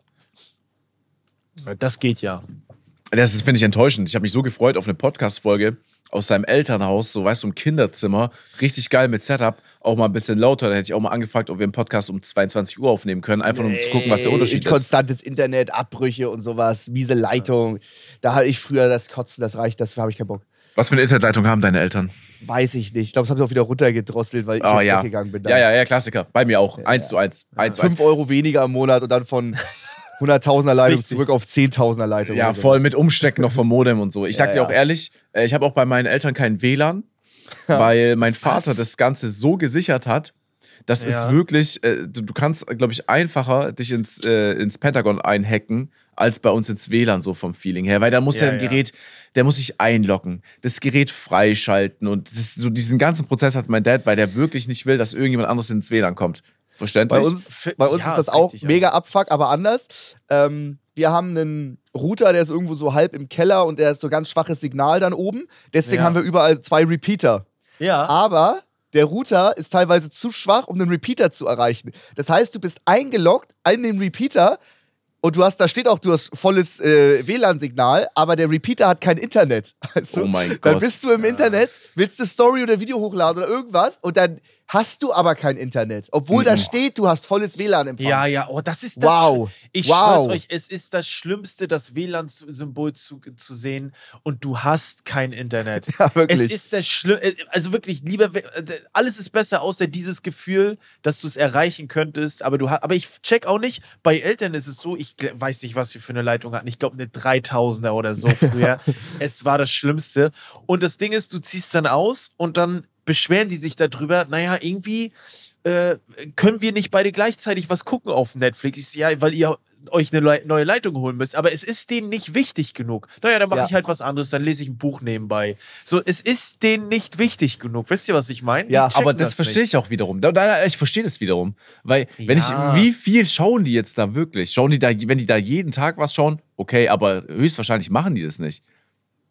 Das geht ja. Das ist, finde ich, enttäuschend. Ich habe mich so gefreut auf eine Podcast-Folge aus seinem Elternhaus, so weißt du, im Kinderzimmer. Richtig geil mit Setup, auch mal ein bisschen lauter. Da hätte ich auch mal angefragt, ob wir einen Podcast um zweiundzwanzig Uhr aufnehmen können, einfach nur um zu gucken, was der Unterschied ist. Konstantes Internet, Abbrüche und sowas, miese Leitung. Da habe ich früher das Kotzen, das reicht, das habe ich keinen Bock. Was für eine Internetleitung haben deine Eltern? Weiß ich nicht. Ich glaube, das haben sie auch wieder runtergedrosselt, weil ich Oh jetzt ja. weggegangen bin. dann. Ja, ja, ja, Klassiker. Bei mir auch. Eins zu eins. Eins zu eins. Fünf Euro weniger im Monat und dann von hunderttausender Leitung wichtig. zurück auf zehntausender Leitung. Ja, oder sowas. voll mit Umstecken noch vom Modem und so. Ich sag Ja, dir auch ja. ehrlich, äh, ich habe auch bei meinen Eltern keinen W L A N, weil mein Vater das Ganze so gesichert hat. Das Ja. ist wirklich, äh, du, du kannst, glaube ich, einfacher dich ins, äh, ins Pentagon einhacken, als bei uns ins W L A N, so vom Feeling her. Weil da muss Ja, ja ein ja. Gerät, der muss sich einloggen, das Gerät freischalten und das ist so diesen ganzen Prozess hat mein Dad, weil der wirklich nicht will, dass irgendjemand anderes ins W L A N kommt. Verständlich? Bei uns, bei uns Ja, ist das ist auch richtig, ja. mega Abfuck, aber anders. Ähm, wir haben einen Router, der ist irgendwo so halb im Keller und der ist so ganz schwaches Signal dann oben. Deswegen Ja. haben wir überall zwei Repeater. Ja. Aber der Router ist teilweise zu schwach, um den Repeater zu erreichen. Das heißt, du bist eingeloggt in den Repeater und du hast, da steht auch, du hast volles äh, W L A N-Signal, aber der Repeater hat kein Internet. Also, Oh mein dann Gott. bist du im Internet, willst eine Story oder Video hochladen oder irgendwas und dann hast du aber kein Internet. Obwohl da steht, du hast volles W L A N-Empfang. Ja, ja, oh, das ist das. Wow. Sch- Ich Wow. schwör's euch, es ist das Schlimmste, das W L A N-Symbol zu, zu sehen und du hast kein Internet. Ja, wirklich. Es ist das Schlimmste, also wirklich, lieber, alles ist besser, außer dieses Gefühl, dass du es erreichen könntest, aber du hast, aber ich check auch nicht, bei Eltern ist es so, ich gl- weiß nicht, was wir für eine Leitung hatten, ich glaube eine dreitausender oder so früher. Es war das Schlimmste. Und das Ding ist, du ziehst dann aus und dann beschweren die sich darüber, naja, irgendwie äh, können wir nicht beide gleichzeitig was gucken auf Netflix. Ich so, ja, weil ihr euch eine Lei- neue Leitung holen müsst. Aber es ist denen nicht wichtig genug. Naja, dann mache Ja. ich halt was anderes, dann lese ich ein Buch nebenbei. So, es ist denen nicht wichtig genug. Wisst ihr, was ich meine? Ja, Die checken Aber das verstehe ich auch wiederum. Da, da, ich verstehe das wiederum. Weil, wenn ich, Ja. wie viel schauen die jetzt da wirklich? Schauen die da, wenn die da jeden Tag was schauen? Okay, aber höchstwahrscheinlich machen die das nicht.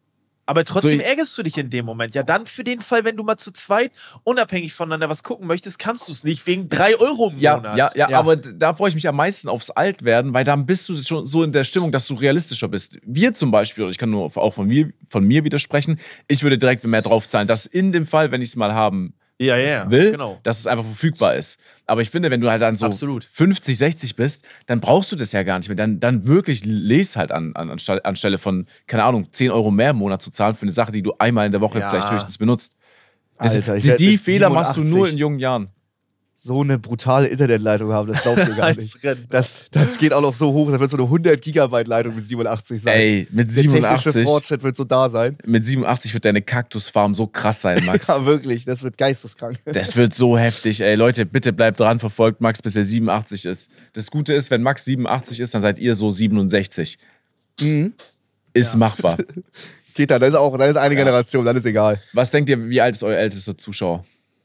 Aber trotzdem So, ärgerst du dich in dem Moment. Ja, dann für den Fall, wenn du mal zu zweit unabhängig voneinander was gucken möchtest, kannst du es nicht wegen drei Euro im Ja, Monat. ja, ja, Ja. aber da freue ich mich am meisten aufs Altwerden, weil dann bist du schon so in der Stimmung, dass du realistischer bist. Wir zum Beispiel, oder ich kann nur auch von mir, von mir widersprechen, ich würde direkt mehr drauf zahlen, dass in dem Fall, wenn ich es mal haben ja, ja, will, genau. dass es einfach verfügbar ist. Aber ich finde, wenn du halt dann so Absolut. fünfzig, sechzig bist, dann brauchst du das ja gar nicht mehr. Dann, dann wirklich les halt an, an, anstelle, anstelle von, keine Ahnung, zehn Euro mehr im Monat zu zahlen für eine Sache, die du einmal in der Woche Ja. vielleicht höchstens benutzt. Das, Alter, ich die werd die mit Fehler machst du nur siebenundachtzig in jungen Jahren. so eine brutale Internetleitung haben, das glaubt ihr gar Als nicht. Rentner. Das, das geht auch noch so hoch, da wird so eine hundert Gigabyte Leitung mit siebenundachtzig sein. Ey, mit Der technische siebenundachtzig, Fortschritt wird so da sein. mit siebenundachtzig wird deine Kaktusfarm so krass sein, Max. Ja, wirklich, das wird geisteskrank. Das wird so heftig, ey. Leute, bitte bleibt dran, verfolgt Max, bis er siebenundachtzig ist. Das Gute ist, wenn Max siebenundachtzig ist, dann seid ihr so siebenundsechzig. Mhm. Ist machbar. Geht dann, dann ist auch, dann ist eine Ja. Generation, dann ist egal. Was denkt ihr, wie alt ist euer ältester Zuschauer?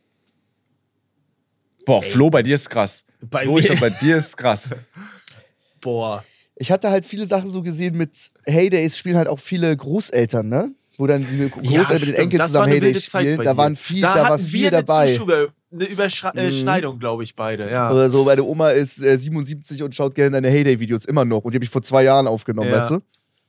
Boah, Flo, bei dir ist krass. Bei Flo, ich mir- glaube, bei dir ist krass. Boah. Ich hatte halt viele Sachen so gesehen mit Heydays spielen halt auch viele Großeltern, ne? Wo dann die Großeltern mit den stimmt. Enkeln Das war zusammen eine Heyday wilde Zeit spielen. bei Da dir. waren viel, Da da war hatten viel wir eine, dabei. Zuschauer, eine Überschneidung, glaube ich, beide. Ja. Oder so, meine Oma ist äh, siebenundsiebzig und schaut gerne deine Heyday-Videos immer noch. Und die habe ich vor zwei Jahren aufgenommen, Ja. weißt du?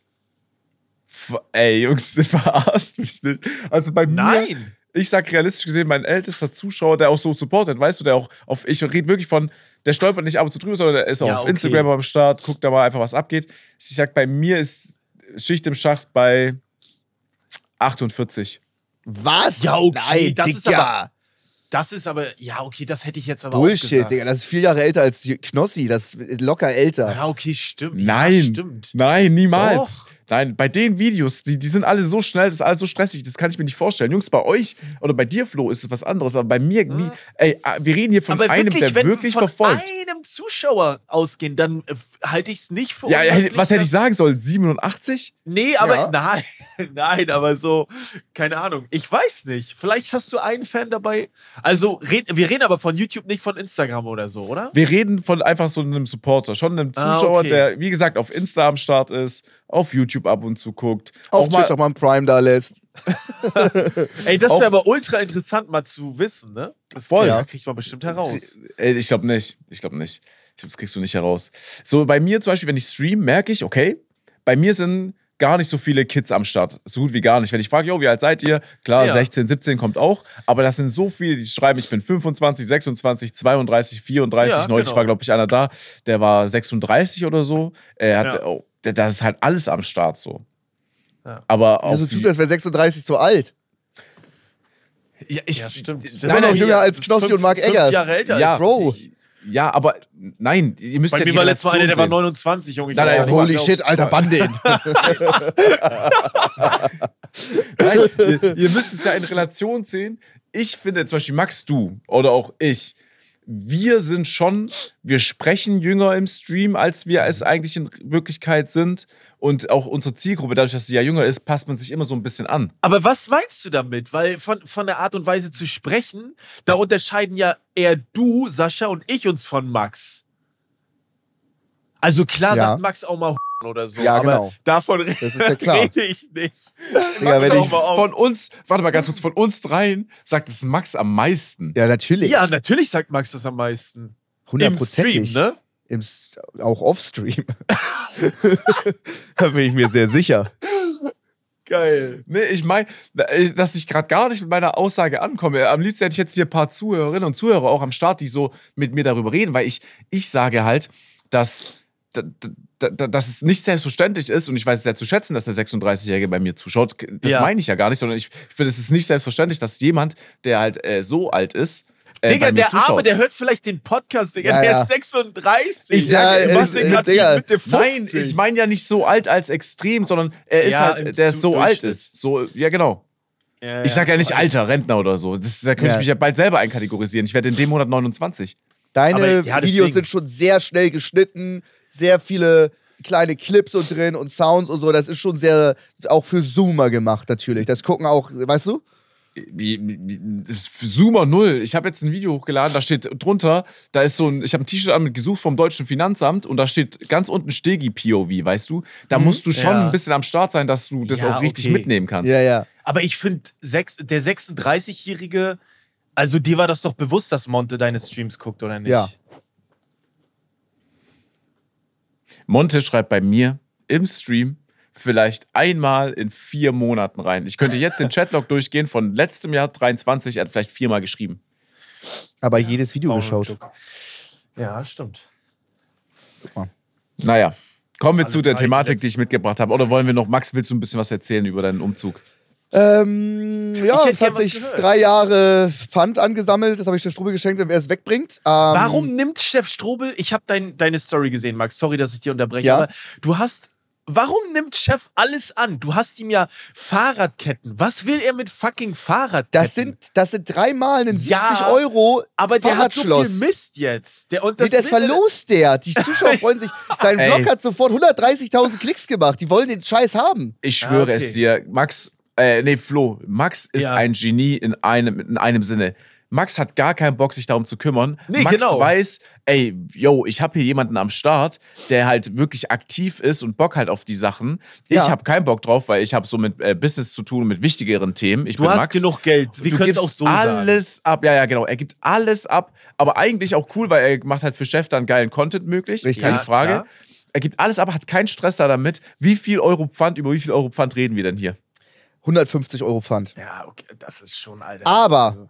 F- Ey, Jungs, verarscht mich nicht. Also bei mir, Nein! ich sag realistisch gesehen, mein ältester Zuschauer, der auch so supportet, weißt du, der auch auf, ich rede wirklich von, der stolpert nicht ab und zu drüber, sondern der ist auch Ja, auf okay. Instagram am Start, guckt da mal einfach, was abgeht. Ich sag, bei mir ist Schicht im Schacht bei achtundvierzig. Was? Ja, okay, Nein, das ist Digga. aber- Das ist aber, ja, okay, das hätte ich jetzt aber auch Bullshit, gesagt. Digga. Das ist vier Jahre älter als die Knossi. Das ist locker älter. Ja, okay, stimmt. Nein, Ja, stimmt. nein, niemals. Doch. Nein, bei den Videos, die, die sind alle so schnell, das ist alles so stressig, das kann ich mir nicht vorstellen. Jungs, bei euch oder bei dir, Flo, ist es was anderes, aber bei mir, nie, ey, wir reden hier von Aber einem, wirklich, der wenn wirklich wir von verfolgt. einem Zuschauer ausgehen, dann äh, halte ich es nicht für Ja, ja, unmöglich, was hätte ich dass- sagen sollen? siebenundachtzig? Nee, aber Ja. nein, nein, aber so, keine Ahnung. Ich weiß nicht. Vielleicht hast du einen Fan dabei. Also, red, wir reden aber von YouTube, nicht von Instagram oder so, oder? Wir reden von einfach so einem Supporter, schon einem Ah, Zuschauer, okay. der, wie gesagt, auf Insta am Start ist, auf YouTube ab und zu guckt. Auf auch Twitch mal, auch mal ein Prime da lässt. Ey, das Auch- wäre aber ultra interessant mal zu wissen, ne? Das Voll. ja, kriegt man bestimmt heraus. Ey, ich glaube nicht. Ich glaube nicht. Ich glaube, das kriegst du nicht heraus. So, bei mir zum Beispiel, wenn ich stream, merke ich, okay, bei mir sind gar nicht so viele Kids am Start. So gut wie gar nicht. Wenn ich frage, jo, wie alt seid ihr? Klar, Ja. sechzehn, siebzehn kommt auch. Aber das sind so viele, die schreiben, ich bin fünfundzwanzig, sechsundzwanzig, zweiunddreißig, vierunddreißig. Ja, Neulich genau. war, glaube ich, einer da, der war sechsunddreißig oder so. Er hat, Ja. oh, der- das ist halt alles am Start so. Ja. Aber auch. Also tust du, als wäre sechsunddreißig zu alt. ja, ich, Ja, stimmt. Das ist noch jünger als Das ist Knossi fünf- und Marc fünf Eggers. Jahre älter Ja, als Bro. ich. Ja, aber nein, ihr müsst Bei ja mir die war letztes Mal einer, der war Relation sehen. neunundzwanzig, Junge. Ich Nein, weiß nein, gar nicht, Holy was- shit, alter, bann den. Nein, ihr, ihr müsst es ja in Relation sehen. Ich finde, zum Beispiel Max, du oder auch ich, wir sind schon, wir sprechen jünger im Stream, als wir es eigentlich in Wirklichkeit sind. Und auch unsere Zielgruppe, dadurch, dass sie ja jünger ist, passt man sich immer so ein bisschen an. Aber was meinst du damit? Weil von, von der Art und Weise zu sprechen, da unterscheiden ja eher du, Sascha und ich uns von Max. Also klar Ja. sagt Max auch mal oder so, Ja, aber genau. davon re Das ist ja klar. rede ich nicht. Digga, wenn auch ich, mal auf. Von uns, warte mal ganz kurz, von uns dreien sagt es Max am meisten. ja, natürlich. Ja, natürlich sagt Max das am meisten. Im Stream, Hundertprozentig. ne? Im S- auch offstream. Da bin ich mir sehr sicher. Geil. Nee, ich meine, dass ich gerade gar nicht mit meiner Aussage ankomme. Am liebsten hätte ich jetzt hier ein paar Zuhörerinnen und Zuhörer auch am Start, die so mit mir darüber reden, weil ich, ich sage halt, dass, dass, dass es nicht selbstverständlich ist, und ich weiß es sehr zu schätzen, dass der sechsunddreißigjährige bei mir zuschaut. Das Ja. meine ich ja gar nicht, sondern ich finde, es ist nicht selbstverständlich, dass jemand, der halt äh, so alt ist, äh, Digga, bei mir der zuschaut. Arme, der hört vielleicht den Podcast, Digga. Ja, der ja. ist sechsunddreißig. Ich sag, du machst äh, den gerade Digga, Mitte fünfzig. Nein, ich meine ja nicht so alt als extrem, sondern er ist Ja, halt, im der ist so alt Durchschnitt. ist. So, ja, genau. Ja, Ich sag ja nicht weiß. alter Rentner oder so. Das, da könnte Ja. ich mich ja bald selber einkategorisieren. Ich werde in dem Monat neunundzwanzig. Deine Aber, ja, Videos deswegen. sind schon sehr schnell geschnitten, sehr viele kleine Clips und drin und Sounds und so. Das ist schon sehr, auch für Zoomer gemacht natürlich. Das gucken auch, weißt du? Wie, wie, wie, das ist Zoomer null. Ich habe jetzt ein Video hochgeladen, da steht drunter, da ist so ein, ich habe ein T-Shirt an mit gesucht vom deutschen Finanzamt und da steht ganz unten Stegi-P O V, weißt du? Da Mhm. musst du schon Ja. ein bisschen am Start sein, dass du das Ja, auch richtig okay. mitnehmen kannst. Ja, ja. Aber ich finde, der sechsunddreißigjährige, also dir war das doch bewusst, dass Monte deine Streams guckt, oder nicht? Ja. Monte schreibt bei mir im Stream vielleicht einmal in vier Monaten rein. Ich könnte jetzt den Chatlog durchgehen von letztem Jahr dreiundzwanzig, er hat vielleicht viermal geschrieben. Aber jedes Video Bauern geschaut. und Duck. Ja, stimmt. Naja, kommen wir Alle zu der drei Thematik, gesetzt. die ich mitgebracht habe. Oder wollen wir noch, Max, willst du ein bisschen was erzählen über deinen Umzug? Ähm, ja, hätte es gern hat was sich gehört. drei Jahre Pfand angesammelt. Das habe ich der Strube geschenkt, wenn er es wegbringt. Ähm, Warum nimmt Chef Strobel, ich habe dein, deine Story gesehen, Max, sorry, dass ich dir unterbreche, Ja? aber du hast, warum nimmt Chef alles an? Du hast ihm ja Fahrradketten. Was will er mit fucking Fahrradketten? Das sind, das sind dreimal einen siebzig Ja, Euro aber der hat so Fahrradschloss. viel Mist jetzt. Der, und Nee, das das will er- verlost der. Die Zuschauer freuen sich. Sein Ey. Vlog hat sofort hundertdreißigtausend Klicks gemacht. Die wollen den Scheiß haben. Ich Ah, schwöre okay. es dir, Max, äh, nee, Flo, Max ist Ja. ein Genie in einem, in einem Sinne. Max hat gar keinen Bock, sich darum zu kümmern. Nee, Max genau. weiß, ey, yo, ich habe hier jemanden am Start, der halt wirklich aktiv ist und Bock halt auf die Sachen. Ich Ja. habe keinen Bock drauf, weil ich habe so mit äh, Business zu tun, mit wichtigeren Themen. Ich Du bin hast Max. genug Geld. Wir Du können es gibst auch so sagen. alles ab. Ja, ja, genau. Er gibt alles ab. Aber eigentlich auch cool, weil er macht halt für Chef dann geilen Content möglich. Richtig. Keine Ja, Frage. klar. Er gibt alles ab, hat keinen Stress da damit. Wie viel Euro Pfand, über wie viel Euro Pfand reden wir denn hier? hundertfünfzig Euro Pfand. Ja, okay, das ist schon, Alter. Aber Also,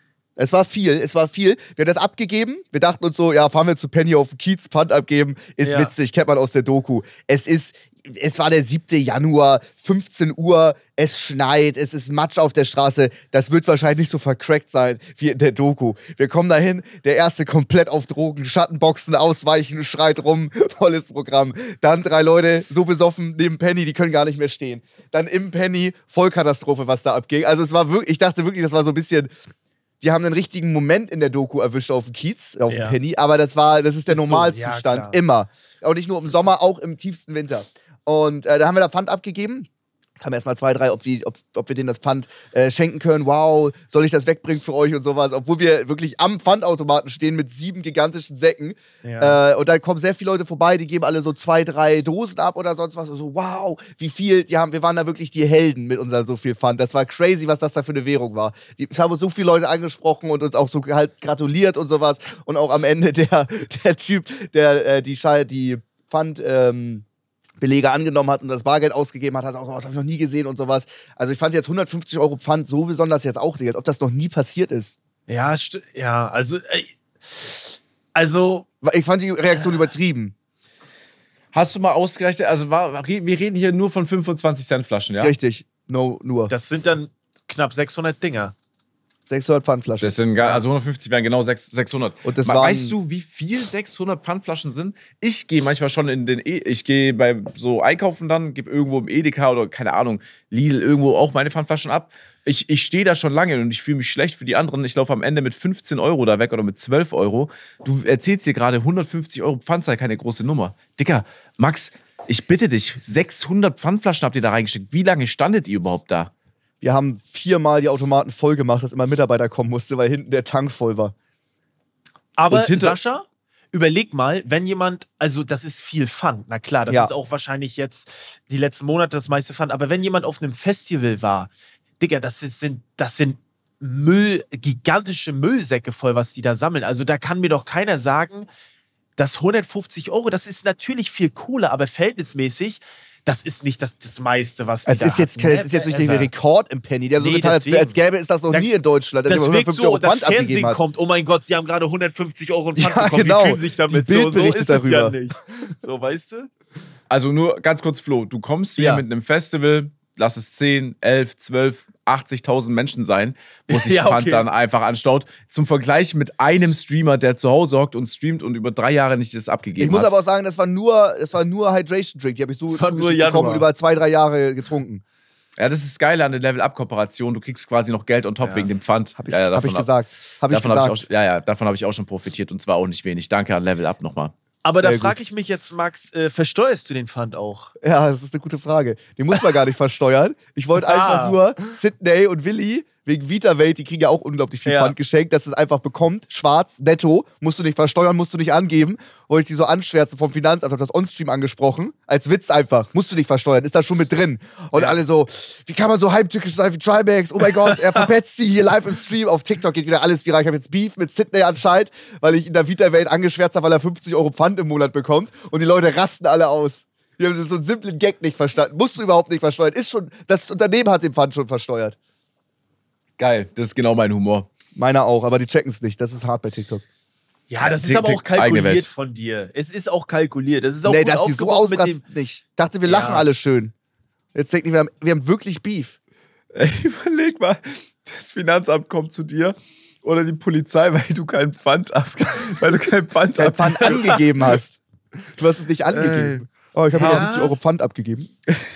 es war viel, es war viel. Wir haben das abgegeben. Wir dachten uns so, ja, fahren wir zu Penny auf den Kiez, Pfand abgeben. Ist Ja. witzig, kennt man aus der Doku. Es ist, es war der siebte Januar, fünfzehn Uhr, es schneit, es ist Matsch auf der Straße. Das wird wahrscheinlich nicht so vercrackt sein wie in der Doku. Wir kommen dahin, der erste komplett auf Drogen, Schattenboxen, ausweichen, schreit rum, volles Programm. Dann drei Leute so besoffen neben Penny, die können gar nicht mehr stehen. Dann im Penny, Vollkatastrophe, was da abging. Also es war wirklich, ich dachte wirklich, das war so ein bisschen... Die haben einen richtigen Moment in der Doku erwischt auf dem Kiez, auf dem Ja. Penny, aber das war, das ist der Ist so, Normalzustand, ja, klar. immer. Auch nicht nur im Sommer, auch im tiefsten Winter. Und äh, da haben wir da Pfand abgegeben. Kamen erstmal zwei, drei, ob, die, ob, ob wir denen das Pfand äh, schenken können. Wow, soll ich das wegbringen für euch und sowas. Obwohl wir wirklich am Pfandautomaten stehen mit sieben gigantischen Säcken. Ja. Äh, und dann kommen sehr viele Leute vorbei, die geben alle so zwei, drei Dosen ab oder sonst was. Und so, wow, wie viel. Die haben, wir waren da wirklich die Helden mit unserem so viel Pfand. Das war crazy, was das da für eine Währung war. Die, es haben uns so viele Leute angesprochen und uns auch so halt gratuliert und sowas. Und auch am Ende der, der Typ, der äh, die, Schei- die Pfand... Ähm, Belege angenommen hat und das Bargeld ausgegeben hat, hat auch, oh, das habe ich noch nie gesehen und sowas. Also ich fand jetzt hundertfünfzig Euro Pfand so besonders jetzt auch nicht, als ob das noch nie passiert ist. Ja, st- ja, also, äh, also, Ich fand die Reaktion übertrieben. Hast du mal ausgerechnet, also war, wir reden hier nur von fünfundzwanzig Cent Flaschen, ja? Richtig. No, nur. das sind dann knapp sechshundert Dinger. sechshundert Pfandflaschen. Das sind, gar- also hundertfünfzig wären genau sechs- sechshundert. Und das Ma- waren- weißt du, wie viel sechshundert Pfandflaschen sind? Ich gehe manchmal schon in den, e ich gehe bei so einkaufen dann, gebe irgendwo im Edeka oder keine Ahnung, Lidl irgendwo auch meine Pfandflaschen ab. Ich, ich stehe da schon lange und ich fühle mich schlecht für die anderen. Ich laufe am Ende mit fünfzehn Euro da weg oder mit zwölf Euro. Du erzählst dir gerade, hundertfünfzig Euro Pfand sei keine große Nummer. Dicker, Max, ich bitte dich, sechshundert Pfandflaschen habt ihr da reingesteckt. Wie lange standet ihr überhaupt da? Wir haben viermal die Automaten voll gemacht, dass immer ein Mitarbeiter kommen musste, weil hinten der Tank voll war. Aber Und hinter- Sascha, überleg mal, wenn jemand, also das ist viel Fun, na klar, das Ja. ist auch wahrscheinlich jetzt die letzten Monate das meiste Fun, aber wenn jemand auf einem Festival war, Digga, das ist, sind, das sind Müll, gigantische Müllsäcke voll, was die da sammeln. Also da kann mir doch keiner sagen, dass hundertfünfzig Euro, das ist natürlich viel Kohle, aber verhältnismäßig, das ist nicht das, das meiste, was die Es da ist jetzt, hatten. es ist jetzt nicht der Never. Rekord im Penny. Der so Nee, getan, als, deswegen. als gäbe es das noch Da- nie in Deutschland. dass Das jemand wirkt hundertfünfzig so, Euro das Pfand abgegeben Fernsehen hat. kommt, oh mein Gott, sie haben gerade hundertfünfzig Euro in Pfand Ja, bekommen, genau. wie fühlen sich damit? Die So, Bild so berichtet ist es ja darüber. nicht. So, weißt du? Also nur ganz kurz, Flo, du kommst hier Ja. mit einem Festival, lass es zehn, elf, zwölf, achtzigtausend Menschen sein, wo sich Ja, Pfand okay. dann einfach anstaut. Zum Vergleich mit einem Streamer, der zu Hause hockt und streamt und über drei Jahre nicht das abgegeben Ich muss hat. aber auch sagen, das war nur, das war nur Hydration Drink. Die habe ich so Das war nur zugeschickt bekommen Januar. und über zwei, drei Jahre getrunken. Ja, das ist das Geile an der Level-Up-Kooperation. Du kriegst quasi noch Geld on top Ja. wegen dem Pfand. Habe ich, ja, ja, hab davon ich gesagt. Habe ich davon hab gesagt. ich auch, ja, ja, davon habe ich auch schon profitiert und zwar auch nicht wenig. Danke an Level Up nochmal. Aber da Sehr frage ich mich jetzt, Max, äh, versteuerst du den Pfand auch? Ja, das ist eine gute Frage. Den muss man gar nicht versteuern. Ich wollte Ah. einfach nur Sydney und Willi. wegen VitaWelt, die kriegen ja auch unglaublich viel Ja. Pfand geschenkt, dass es einfach bekommt, schwarz, netto, musst du nicht versteuern, musst du nicht angeben. Wollte ich die so anschwärzen vom Finanzamt, hab das on-stream angesprochen, als Witz einfach, musst du nicht versteuern, ist da schon mit drin. Und alle so, wie kann man so heimtückisch sein wie Trimax, oh mein Gott, er verpetzt sie hier live im Stream, auf TikTok geht wieder alles viral. Ich habe jetzt Beef mit Sydney anscheinend, weil ich in der VitaWelt angeschwärzt habe, weil er fünfzig Euro Pfand im Monat bekommt und die Leute rasten alle aus. Die haben so einen simplen Gag nicht verstanden. Musst du überhaupt nicht versteuern. Ist schon, das Unternehmen hat den Pfand schon versteuert. Geil, das ist genau mein Humor. Meiner auch, aber die checken es nicht. Das ist hart bei TikTok. Ja, das ist Tick, aber tick, auch eigene kalkuliert Welt. von dir. Es ist auch kalkuliert. Das ist auch Nee, gut dass die so aufgebaut mit dem... ausrasten nicht. Ich dachte, wir lachen Ja. alle schön. Jetzt denken die, wir haben, wir haben wirklich Beef. Ey, überleg mal, das Finanzamt kommt zu dir oder die Polizei, weil du kein Pfand ab, weil du kein Pfand Dein ab. Pfand angegeben hast. Du hast es nicht angegeben. Oh, ich habe Ja. ja siebzig Euro Pfand abgegeben.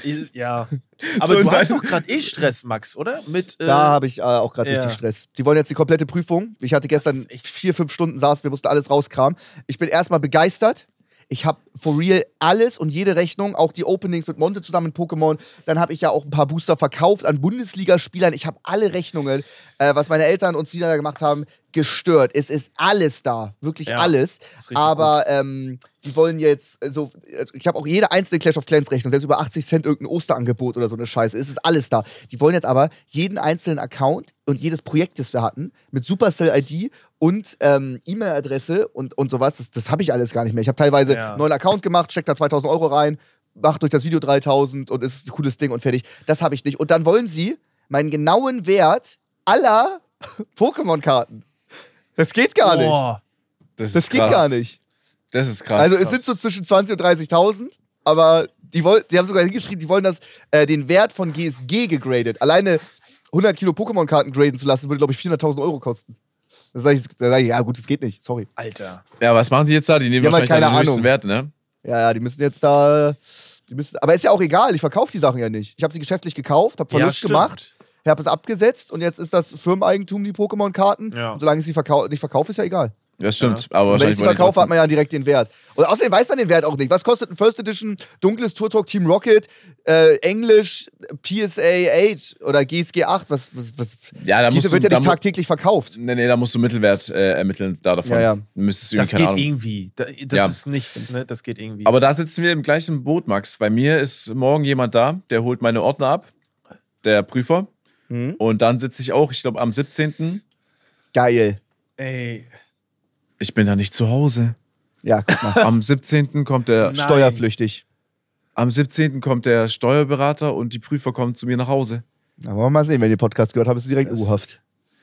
Ja. Aber So in du hast deinem- doch gerade eh Stress, Max, oder? Mit, äh, Da habe ich äh, auch gerade ja. richtig Stress. Die wollen jetzt die komplette Prüfung. Ich hatte gestern ist echt- vier, fünf Stunden saß, wir mussten alles rauskramen. Ich bin erstmal begeistert. Ich habe for real alles und jede Rechnung, auch die Openings mit Monte zusammen in Pokémon. Dann habe ich ja auch ein paar Booster verkauft an Bundesligaspielern. Ich habe alle Rechnungen, äh, was meine Eltern und Sina da gemacht haben, gestört. Es ist alles da, wirklich Ja, alles. ist richtig Aber ähm, die wollen jetzt äh, so, also ich habe auch jede einzelne Clash of Clans Rechnung, selbst über achtzig Cent irgendein Osterangebot oder so eine Scheiße. Es ist alles da. Die wollen jetzt aber jeden einzelnen Account und jedes Projekt, das wir hatten, mit Supercell I D und ähm, E-Mail-Adresse und, und sowas, das, das habe ich alles gar nicht mehr. Ich habe teilweise Ja. einen neuen Account gemacht, steckt da zweitausend Euro rein, macht durch das Video dreitausend und ist ein cooles Ding und fertig. Das habe ich nicht. Und dann wollen sie meinen genauen Wert aller Pokémon-Karten. Das geht gar nicht. Boah. Das, Das ist geht krass. gar nicht. Das ist krass. Also es krass. sind so zwischen zwanzig und dreißigtausend, aber die, woll die haben sogar hingeschrieben, die wollen das, äh, den Wert von G S G gegradet. Alleine hundert Kilo Pokémon-Karten graden zu lassen, würde, glaube ich, vierhunderttausend Euro kosten. Da sage ich, da sag ich, ja gut, das geht nicht, sorry. Alter. Ja, was machen die jetzt da? Die nehmen Die haben halt wahrscheinlich keine dann den höchsten Ahnung. Wert, ne? Ja, ja, die müssen jetzt da, die müssen, aber ist ja auch egal, ich verkaufe die Sachen ja nicht. Ich habe sie geschäftlich gekauft, habe Verlust stimmt. gemacht, habe es abgesetzt und jetzt ist das Firmeneigentum, die Pokémon-Karten. Ja. Und solange ich sie verkau nicht verkaufe, ist ja egal. Das stimmt. Ja. Aber Und wenn ich wahrscheinlich sie wollen die verkaufe, hat trotzdem. man ja direkt den Wert. Und außerdem weiß man den Wert auch nicht. Was kostet ein First Edition dunkles Tour Talk Team Rocket, äh, Englisch, P S A acht oder G S G acht? Was, was, was? Ja, da Diese musst du, wird ja da nicht mu- tagtäglich verkauft. Nee, nee, da musst du Mittelwert äh, ermitteln da davon. Ja, ja. Du müsstest Das irgendwie, geht keine Ahnung. irgendwie. Da- Das Ja. ist nicht, ne? Das geht irgendwie. Aber da sitzen wir im gleichen Boot, Max. Bei mir ist morgen jemand da, der holt meine Ordner ab, der Prüfer. Mhm. Und dann sitze ich auch, ich glaube, am siebzehnten Geil. Ey. Ich bin da nicht zu Hause. Ja, guck mal. Am siebzehnten kommt der, Nein. Steuerflüchtig. am siebzehnten kommt der Steuerberater und die Prüfer kommen zu mir nach Hause. Da wollen wir mal sehen, wenn ihr den Podcast gehört habt, bist du direkt Das- U-Haft.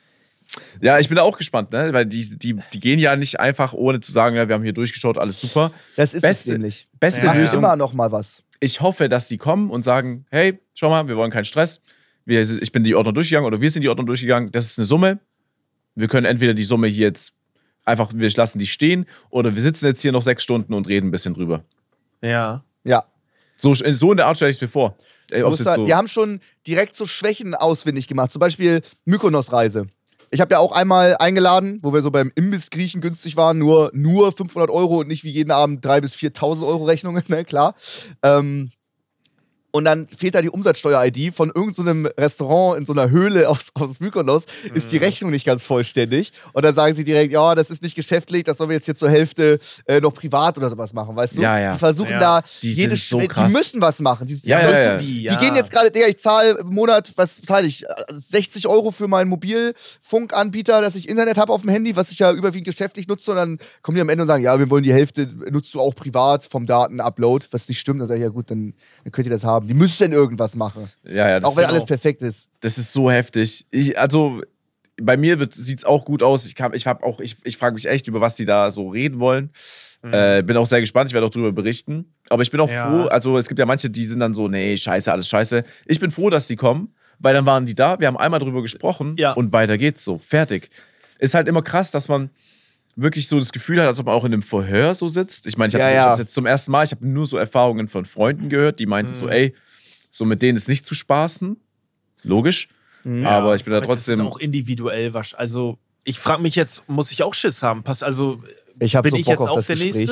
Ja, ich bin da auch gespannt, ne? Weil die, die, die gehen ja nicht einfach, ohne zu sagen, ja, wir haben hier durchgeschaut, alles super. Das ist Beste- es nämlich. Beste Ja, Macht Lösung. immer noch mal was. Ich hoffe, dass die kommen und sagen, hey, schau mal, wir wollen keinen Stress. Wir, ich bin die Ordner durchgegangen oder wir sind die Ordner durchgegangen. Das ist eine Summe. Wir können entweder die Summe hier jetzt einfach, wir lassen die stehen oder wir sitzen jetzt hier noch sechs Stunden und reden ein bisschen drüber. Ja. Ja. So, so in der Art stelle ich es mir vor. Ey, Du ob's musst jetzt da, so, die haben schon direkt so Schwächen ausfindig gemacht. Zum Beispiel Mykonos-Reise. Ich habe ja auch einmal eingeladen, wo wir so beim Imbiss Griechen günstig waren, nur, nur fünfhundert Euro und nicht wie jeden Abend dreitausend bis viertausend Euro Rechnungen, ne, klar. Ähm, und dann fehlt da die Umsatzsteuer-I D von irgendeinem so Restaurant in so einer Höhle aus, aus Mykonos, ist die Rechnung nicht ganz vollständig. Und dann sagen sie direkt, ja, das ist nicht geschäftlich, das sollen wir jetzt hier zur Hälfte äh, noch privat oder sowas machen, weißt du? Ja, ja. Die versuchen Ja. da, Die jede sind so Sch- krass. die müssen was machen. Die, Ja, ja, sonst- ja. Die, die ja. gehen jetzt gerade, Digga, ich zahle im Monat, was zahle ich? sechzig Euro für meinen Mobilfunkanbieter, dass ich Internet habe auf dem Handy, was ich ja überwiegend geschäftlich nutze. Und dann kommen die am Ende und sagen, ja, wir wollen die Hälfte, nutzt du auch privat vom Datenupload, was nicht stimmt. Dann sage ich, ja gut, dann, dann könnt ihr das haben. Die müssen irgendwas machen. ja, ja, das Auch wenn ist, alles perfekt ist. das ist so heftig. Ich, also, bei mir sieht es auch gut aus. Ich, kann- ich, hab auch- ich, ich frage mich echt, über was die da so reden wollen. Äh, bin auch sehr gespannt, ich werde auch darüber berichten. Aber ich bin auch Ja. froh, also es gibt ja manche, die sind dann so, nee, scheiße, alles scheiße. Ich bin froh, dass die kommen, weil dann waren die da, wir haben einmal drüber gesprochen Ja. und weiter geht's so, fertig. Ist halt immer krass, dass man wirklich so das Gefühl hat, als ob man auch in einem Verhör so sitzt. Ich meine, ich habe Ja, das, ja. ich hab's jetzt zum ersten Mal, ich habe nur so Erfahrungen von Freunden gehört, die meinten so, ey, so mit denen ist nicht zu spaßen. Logisch. Aber ich bin da Aber trotzdem. Das ist auch individuell wasch. Also, ich frage mich jetzt, muss ich auch Schiss haben? Pass, also, Ich habe bin so ich Bock jetzt auf auch das der Gespräch. Nächste?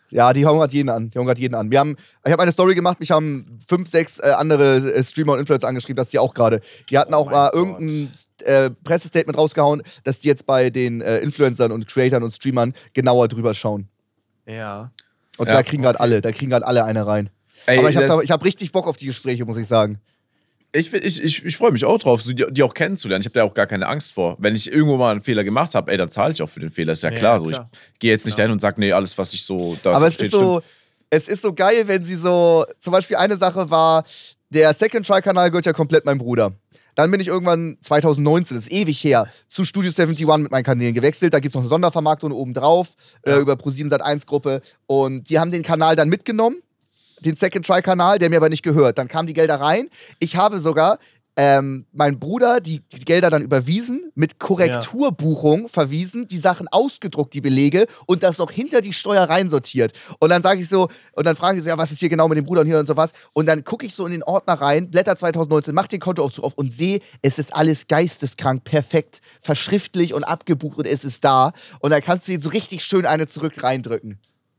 Ja, die hauen gerade jeden an. Die hauen gerade jeden an. Wir haben, ich habe eine Story gemacht, mich haben fünf, sechs äh, andere äh, Streamer und Influencer angeschrieben, dass die auch gerade. Die hatten Oh auch mein mal Gott. irgendein äh, Pressestatement rausgehauen, dass die jetzt bei den äh, Influencern und Creatern und Streamern genauer drüber schauen. Ja. Und Ja, da kriegen gerade okay. alle, da kriegen gerade alle eine rein. Ey, Aber ich habe das- ich hab richtig Bock auf die Gespräche, muss ich sagen. Ich, ich, ich, ich freue mich auch drauf, so die, die auch kennenzulernen. Ich habe da auch gar keine Angst vor. Wenn ich irgendwo mal einen Fehler gemacht habe, ey, dann zahle ich auch für den Fehler. Ist ja Ja, klar. ja, So. klar. Ich gehe jetzt nicht Ja. dahin und sage, nee, alles, was ich so da Aber es steht, ist so, es ist so geil, wenn sie so, zum Beispiel eine Sache war, der Second Try-Kanal gehört ja komplett meinem Bruder. Dann bin ich irgendwann zwanzig neunzehn, das ist ewig her, zu Studio einundsiebzig mit meinen Kanälen gewechselt. Da gibt es noch eine Sondervermarktung oben drauf, Ja. äh, über ProSieben Sat eins Gruppe. Und die haben den Kanal dann mitgenommen, den Second Try-Kanal, der mir aber nicht gehört. Dann kamen die Gelder rein. Ich habe sogar ähm, mein Bruder die, die Gelder dann überwiesen, mit Korrekturbuchung verwiesen, die Sachen ausgedruckt, die Belege, und das noch hinter die Steuer reinsortiert. Und dann sage ich so, und dann fragen die so, ja, was ist hier genau mit dem Bruder und hier und sowas. Und dann gucke ich so in den Ordner rein, blätter zwanzig neunzehn, mach den Kontoauszug auf und sehe, es ist alles geisteskrank, perfekt, verschriftlich und abgebucht und es ist da. Und dann kannst du ihn so richtig schön eine zurück reindrücken.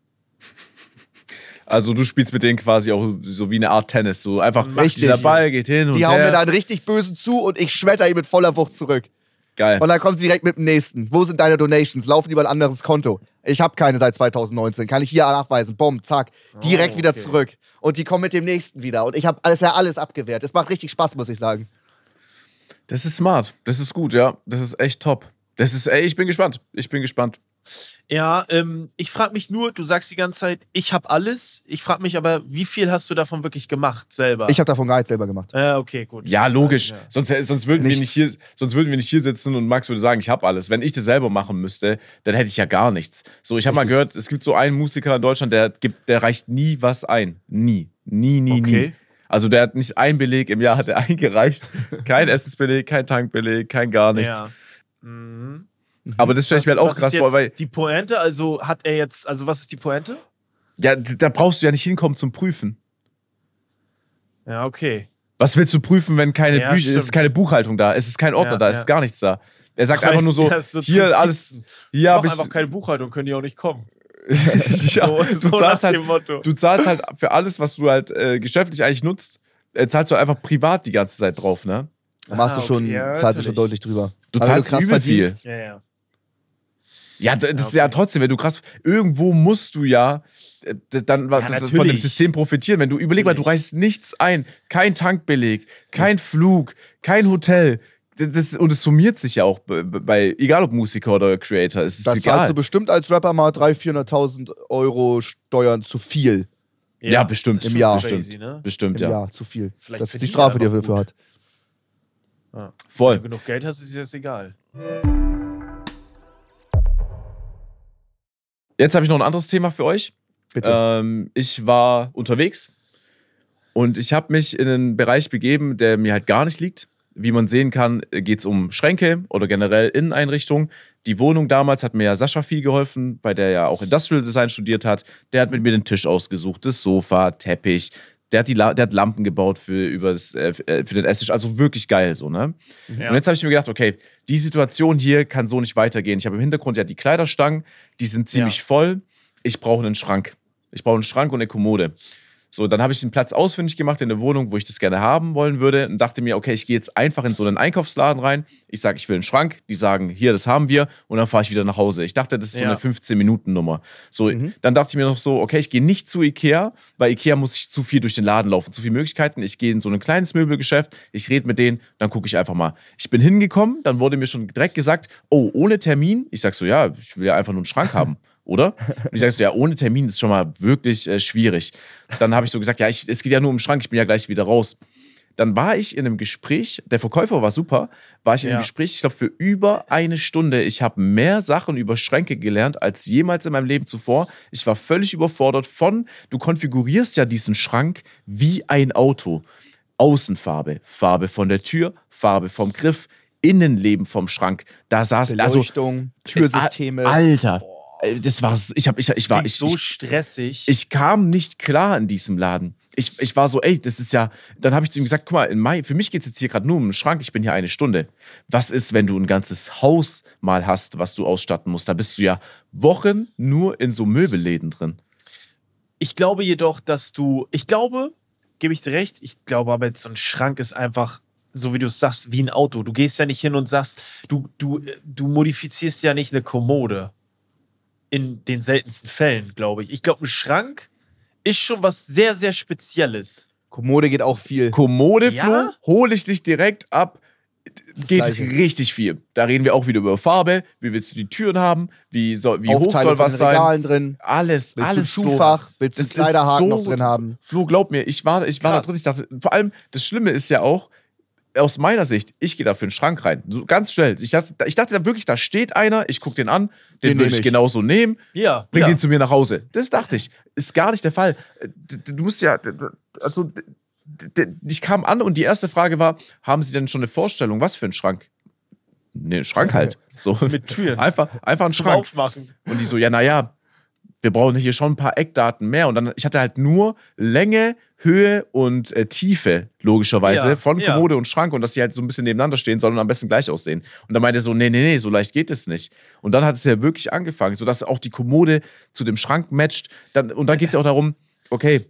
Also du spielst mit denen quasi auch so wie eine Art Tennis. So einfach, Richtig. dieser Ball geht hin und Die hauen mir her. da einen richtig bösen zu und ich schmetter ihn mit voller Wucht zurück. Geil. Und dann kommen sie direkt mit dem nächsten. Wo sind deine Donations? Laufen die über ein anderes Konto? Ich habe keine seit zwanzig neunzehn. Kann ich hier nachweisen. Bumm, zack. Direkt Oh, wieder okay. zurück. Und die kommen mit dem nächsten wieder. Und ich habe alles ja alles abgewehrt. Es macht richtig Spaß, muss ich sagen. Das ist smart. Das ist gut, ja. Das ist echt top. Das ist, ey, ich bin gespannt. Ich bin gespannt. Ja, ähm, ich frage mich nur, du sagst die ganze Zeit, ich habe alles. Ich frage mich aber, wie viel hast du davon wirklich gemacht selber? Ich habe davon gar nichts selber gemacht. Ja, okay, gut. Ja, Das logisch. heißt, ja. Sonst, sonst, würden wir Nichts. nicht hier, sonst würden wir nicht hier sitzen und Max würde sagen, ich habe alles. Wenn ich das selber machen müsste, dann hätte ich ja gar nichts. So, ich habe mal gehört, es gibt so einen Musiker in Deutschland, der, gibt, der reicht nie was ein. Nie. Nie, nie, Okay. nie. Also der hat nicht einen Beleg im Jahr hat er eingereicht. Kein Essensbeleg, kein Tankbeleg, kein gar nichts. Ja. Mhm. Aber das stelle ich mir halt auch Was ist krass jetzt vor, weil die Pointe, also hat er jetzt, also was ist die Pointe? ja, da brauchst du ja nicht hinkommen zum Prüfen. Ja, okay. Was willst du prüfen, wenn keine, Ja, Bücher, es ist stimmt. keine Buchhaltung da, es ist kein Ordner Ja, da, es ja. ist gar nichts da. Er sagt Ach, einfach nur so, ja, so hier zum alles, Sitzen. hier Ich habe mach ich, einfach keine Buchhaltung, können die auch nicht kommen. ja, So, du, so nach zahlst halt, dem Motto. du zahlst halt für alles, was du halt äh, geschäftlich eigentlich nutzt, äh, zahlst du einfach privat die ganze Zeit drauf, ne? Da machst Ah, du schon, okay, ja, zahlst du schon natürlich. deutlich drüber. Du Aber wenn zahlst krass übel viel. verdienst- Ja, ja. Ja, d- das Ja, ist ja okay. trotzdem, wenn du krass, irgendwo musst du ja äh, d- dann wa- d- von dem natürlich. System profitieren. Wenn du, überleg mal, du Natürlich. reichst nichts ein, kein Tankbeleg, kein Flug, kein Hotel. D- Das, und es summiert sich ja auch bei, bei, egal ob Musiker oder Creator, es ist Da zahlst egal. du bestimmt als Rapper mal dreihunderttausend, vierhunderttausend Euro Steuern zu viel Ja, bestimmt. das ist Im Jahr. schon Bestimmt. crazy, ne? Bestimmt, im ja. Jahr. Zu viel. Vielleicht Das ist die verdient Strafe, er die er einfach dafür gut. hat. Wenn Voll. du genug Geld hast, ist das egal. Jetzt habe ich noch ein anderes Thema für euch. Bitte. Ähm, ich war unterwegs und ich habe mich in einen Bereich begeben, der mir halt gar nicht liegt. Wie man sehen kann, geht es um Schränke oder generell Inneneinrichtungen. Die Wohnung damals hat mir ja Sascha viel geholfen, bei der ja auch Industrial Design studiert hat. Der hat mit mir den Tisch ausgesucht, das Sofa, Teppich. Der hat, die La der hat Lampen gebaut für, über das, äh, für den Esstisch. Also wirklich geil so, ne? Ja. Und jetzt habe ich mir gedacht, okay, die Situation hier kann so nicht weitergehen. Ich habe im Hintergrund ja die Kleiderstangen, die sind ziemlich Ja. voll. Ich brauche einen Schrank. Ich brauche einen Schrank und eine Kommode. So, dann habe ich den Platz ausfindig gemacht in der Wohnung, wo ich das gerne haben wollen würde und dachte mir, okay, ich gehe jetzt einfach in so einen Einkaufsladen rein. Ich sage, ich will einen Schrank. Die sagen, hier, das haben wir. Und dann fahre ich wieder nach Hause. Ich dachte, das ist so Ja. eine fünfzehn-Minuten-Nummer. So, dann dachte ich mir noch so, okay, ich gehe nicht zu Ikea, weil Ikea muss ich zu viel durch den Laden laufen, zu viele Möglichkeiten. Ich gehe in so ein kleines Möbelgeschäft, ich rede mit denen, dann gucke ich einfach mal. Ich bin hingekommen, dann wurde mir schon direkt gesagt, oh, ohne Termin? Ich sag so, ja, ich will ja einfach nur einen Schrank haben. Oder? Und ich sag so, ja, ohne Termin ist schon mal wirklich äh, schwierig. Dann habe ich so gesagt, ja, ich, es geht ja nur um den Schrank, ich bin ja gleich wieder raus. Dann war ich in einem Gespräch, der Verkäufer war super, war ich in einem Ja. Gespräch, ich glaube, für über eine Stunde. Ich habe mehr Sachen über Schränke gelernt als jemals in meinem Leben zuvor. Ich war völlig überfordert von, du konfigurierst ja diesen Schrank wie ein Auto. Außenfarbe, Farbe von der Tür, Farbe vom Griff, Innenleben vom Schrank. Da saß, also, Beleuchtung, Türsysteme. Alter, äh, das war, ich hab, ich, ich war, Klingt ich, so ich, stressig. ich kam nicht klar in diesem Laden. Ich, ich war so, ey, das ist ja, dann habe ich zu ihm gesagt, guck mal, in Mai, für mich geht es jetzt hier gerade nur um den Schrank, ich bin hier eine Stunde. Was ist, wenn du ein ganzes Haus mal hast, was du ausstatten musst? Da bist du ja Wochen nur in so Möbelläden drin. Ich glaube jedoch, dass du, ich glaube, gebe ich dir recht, ich glaube aber, so ein Schrank ist einfach, so wie du es sagst, wie ein Auto. Du gehst ja nicht hin und sagst, du, du, du modifizierst ja nicht eine Kommode. In den seltensten Fällen, glaube ich. Ich glaube, ein Schrank ist schon was sehr, sehr Spezielles. Kommode geht auch viel. Kommode, Ja? Flo, hole ich dich direkt ab. Geht Gleiche. richtig viel. Da reden wir auch wieder über Farbe. Wie willst du die Türen haben? Wie, soll, wie hoch Aufteile soll von was den sein? Regalen drin. Alles, Willst alles du ein Schuhfach? Willst du einen Das ist Kleiderhaken so- noch drin haben? Flo, glaub mir, ich war, ich war da Krass. drin. Ich dachte, vor allem, das Schlimme ist ja auch, aus meiner Sicht, ich gehe da für einen Schrank rein. So ganz schnell. Ich dachte, ich dachte da wirklich, da steht einer, ich gucke den an, den, Den würde nehm ich ich. genauso nehmen. Ja. Bring ja. den zu mir nach Hause. Das dachte ich. Ist gar nicht der Fall. D- Du musst ja, also, d- d- ich kam an und die erste Frage war, haben Sie denn schon eine Vorstellung, was für ein Schrank? Nee, ein Schrank halt. So. Mit Türen. Einfach, einfach ein Zum Schrank. Aufmachen. Und die so, ja, naja, wir brauchen hier schon ein paar Eckdaten mehr. Und dann, ich hatte halt nur Länge, Höhe und äh, Tiefe, logischerweise, Ja, von ja. Kommode und Schrank und dass sie halt so ein bisschen nebeneinander stehen sollen und am besten gleich aussehen. Und dann meinte er so, nee, nee, nee, so leicht geht es nicht. Und dann hat es ja wirklich angefangen, sodass auch die Kommode zu dem Schrank matcht. Dann, und dann geht es ja auch darum, okay,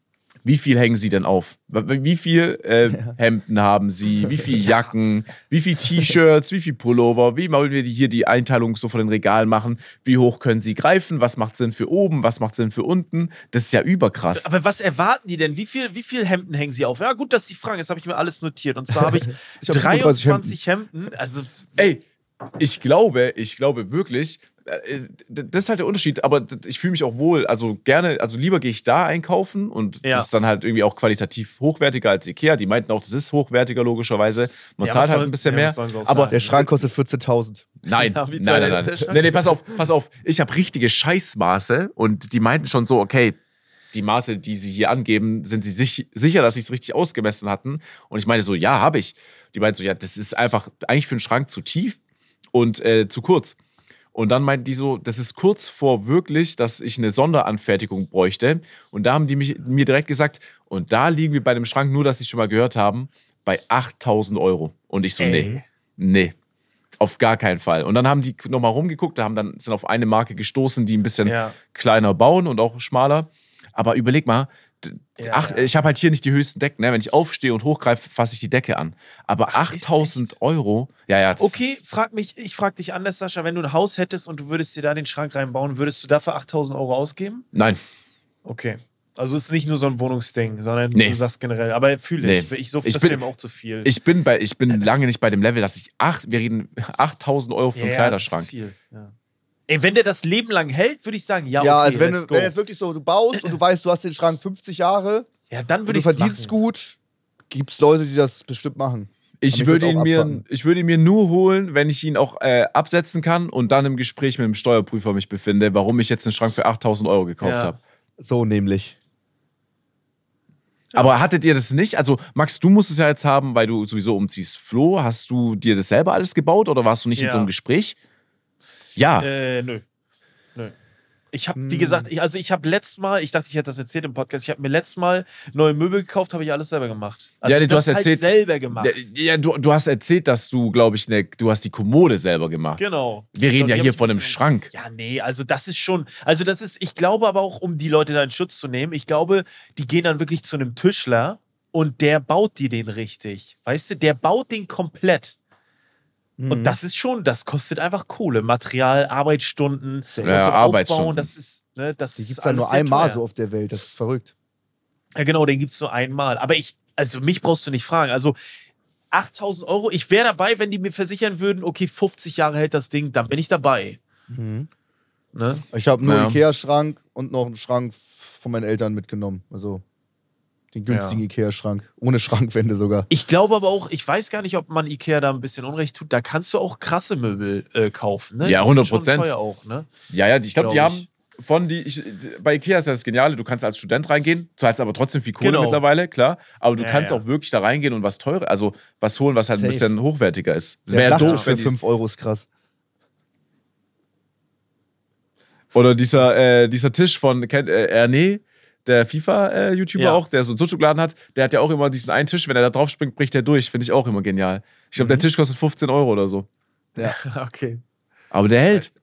wie viel hängen Sie denn auf? Wie viel äh, Hemden haben Sie? Wie viel Jacken? Wie viel T-Shirts? Wie viel Pullover? Wie wollen wir die hier die Einteilung so von den Regalen machen? Wie hoch können Sie greifen? Was macht Sinn für oben? Was macht Sinn für unten? Das ist ja überkrass. Aber was erwarten die denn? Wie viel, wie viel Hemden hängen sie auf? Ja, gut, dass Sie fragen. Das habe ich mir alles notiert. Und zwar habe ich, Ich hab fünfunddreißig dreiundzwanzig Hemden. Also, Ey, ich glaube, ich glaube wirklich, äh, das ist halt der Unterschied, aber ich fühle mich auch wohl, also gerne, also lieber gehe ich da einkaufen und Ja. das ist dann halt irgendwie auch qualitativ hochwertiger als Ikea. Die meinten auch, das ist hochwertiger logischerweise. Man Ja, zahlt was halt soll- ein bisschen ja, mehr. was sollen sie auch Aber sagen? Der Schrank kostet vierzehntausend. Nein, Ja, wie nein, teuer nein, ist nein. der Schrank? Nee, nee, pass auf, pass auf. Ich habe richtige Scheißmaße und die meinten schon so, okay, die Maße, die sie hier angeben, sind sie sich, sicher, dass sie es richtig ausgemessen hatten? Und ich meine so, ja, habe ich. Die meinten so, ja, das ist einfach eigentlich für einen Schrank zu tief und äh, zu kurz. Und dann meinten die so, das ist kurz vor wirklich, dass ich eine Sonderanfertigung bräuchte. Und da haben die mich, mir direkt gesagt, und da liegen wir bei dem Schrank, nur dass sie schon mal gehört haben, bei achttausend Euro. Und ich so, Ey. nee, nee. Auf gar keinen Fall. Und dann haben die nochmal rumgeguckt, da haben dann, sind auf eine Marke gestoßen, die ein bisschen Ja. kleiner bauen und auch schmaler. Aber überleg mal, d- Ja, acht, ja. ich habe halt hier nicht die höchsten Decken. Ne? Wenn ich aufstehe und hochgreife, fasse ich die Decke an. Aber Ach, ist achttausend echt? Euro, ja, ja. das okay, ist- frag mich, ich frag dich anders, Sascha. Wenn du ein Haus hättest und du würdest dir da den Schrank reinbauen, würdest du dafür achttausend Euro ausgeben? Nein, Okay. Also es ist nicht nur so ein Wohnungsding, sondern Nee. du sagst generell. Aber fühle ich. Nee. ich so, Ich das bin- wäre mir auch zu viel. ich bin, bei, ich bin lange nicht bei dem Level, dass ich acht, wir reden achttausend Euro für einen Ja, Kleiderschrank. Das ist viel. Ja. Ey, wenn der das Leben lang hält, würde ich sagen, ja, okay, Ja, also wenn, let's du, go. wenn jetzt wirklich so, du baust und du weißt, du hast den Schrank fünfzig Jahre ja, dann und würde du ich verdienst machen. gut, gibt es Leute, die das bestimmt machen. Ich Aber ich würde, würd's ihn auch mir, abfangen. ich würde ihn mir nur holen, wenn ich ihn auch äh, absetzen kann und dann im Gespräch mit dem Steuerprüfer mich befinde, warum ich jetzt einen Schrank für achttausend Euro gekauft Ja. habe. So nämlich. Aber hattet ihr das nicht? Also, Max, du musst es ja jetzt haben, weil du sowieso umziehst. Flo, hast du dir das selber alles gebaut oder warst du nicht in Ja. so einem Gespräch? Ja. Äh, nö. Nö. Ich habe, Hm. wie gesagt, ich, also ich habe letztes Mal, ich dachte, ich hätte das erzählt im Podcast, ich habe mir letztes Mal neue Möbel gekauft, habe ich alles selber gemacht. Also Ja, du das hast erzählt- Halt selber gemacht. Ja, ja, du, du hast erzählt, dass du, glaube ich, ne, du hast die Kommode selber gemacht. Genau. Wir reden Und ja die hier hab ich von ein einem bisschen- Schrank. Ja, nee, also das ist schon, also das ist, ich glaube aber auch, um die Leute da in Schutz zu nehmen, ich glaube, die gehen dann wirklich zu einem Tischler und der baut dir den richtig. Weißt du, der baut den komplett. Mhm. Und das ist schon, das kostet einfach Kohle. Material, Arbeitsstunden, Ja, und so Arbeitsstunden. Aufbauen, das ist, ne, das Die ist gibt es ja alles nur sehr einmal teuer. so auf der Welt, das ist verrückt. Ja, genau, den gibt es nur einmal. Aber ich, also mich brauchst du nicht fragen. Also achttausend Euro, ich wäre dabei, wenn die mir versichern würden, okay, fünfzig Jahre hält das Ding, dann bin ich dabei. Mhm. Ne? Ich habe nur Ja. einen Ikea-Schrank und noch einen Schrank von meinen Eltern mitgenommen. Also den günstigen Ja. Ikea-Schrank. Ohne Schrankwände sogar. Ich glaube aber auch, ich weiß gar nicht, ob man Ikea da ein bisschen Unrecht tut. Da kannst du auch krasse Möbel äh, kaufen. Ne? Ja, Die sind hundert schon Prozent. teuer auch, ne? Ja, ja, ich glaube, die Glaub haben ich. von die, ich, bei Ikea ist ja das Geniale, du kannst als Student reingehen, zahlst aber trotzdem viel Kohle Genau. mittlerweile, klar. Aber du Ja, kannst ja. auch wirklich da reingehen und was teure, also was holen, was halt ein Safe. bisschen hochwertiger ist. Das Der wäre ja Nachttisch doof, für wenn die, fünf Euro ist krass. Oder dieser, äh, dieser Tisch von kennt, äh, Erne, der FIFA-YouTuber Ja. auch, der so einen Sucuk-Laden hat, der hat ja auch immer diesen einen Tisch, wenn er da drauf springt, bricht er durch. Finde ich auch immer genial. Ich glaube, Mhm. der Tisch kostet fünfzehn Euro oder so. Okay. Aber der hält.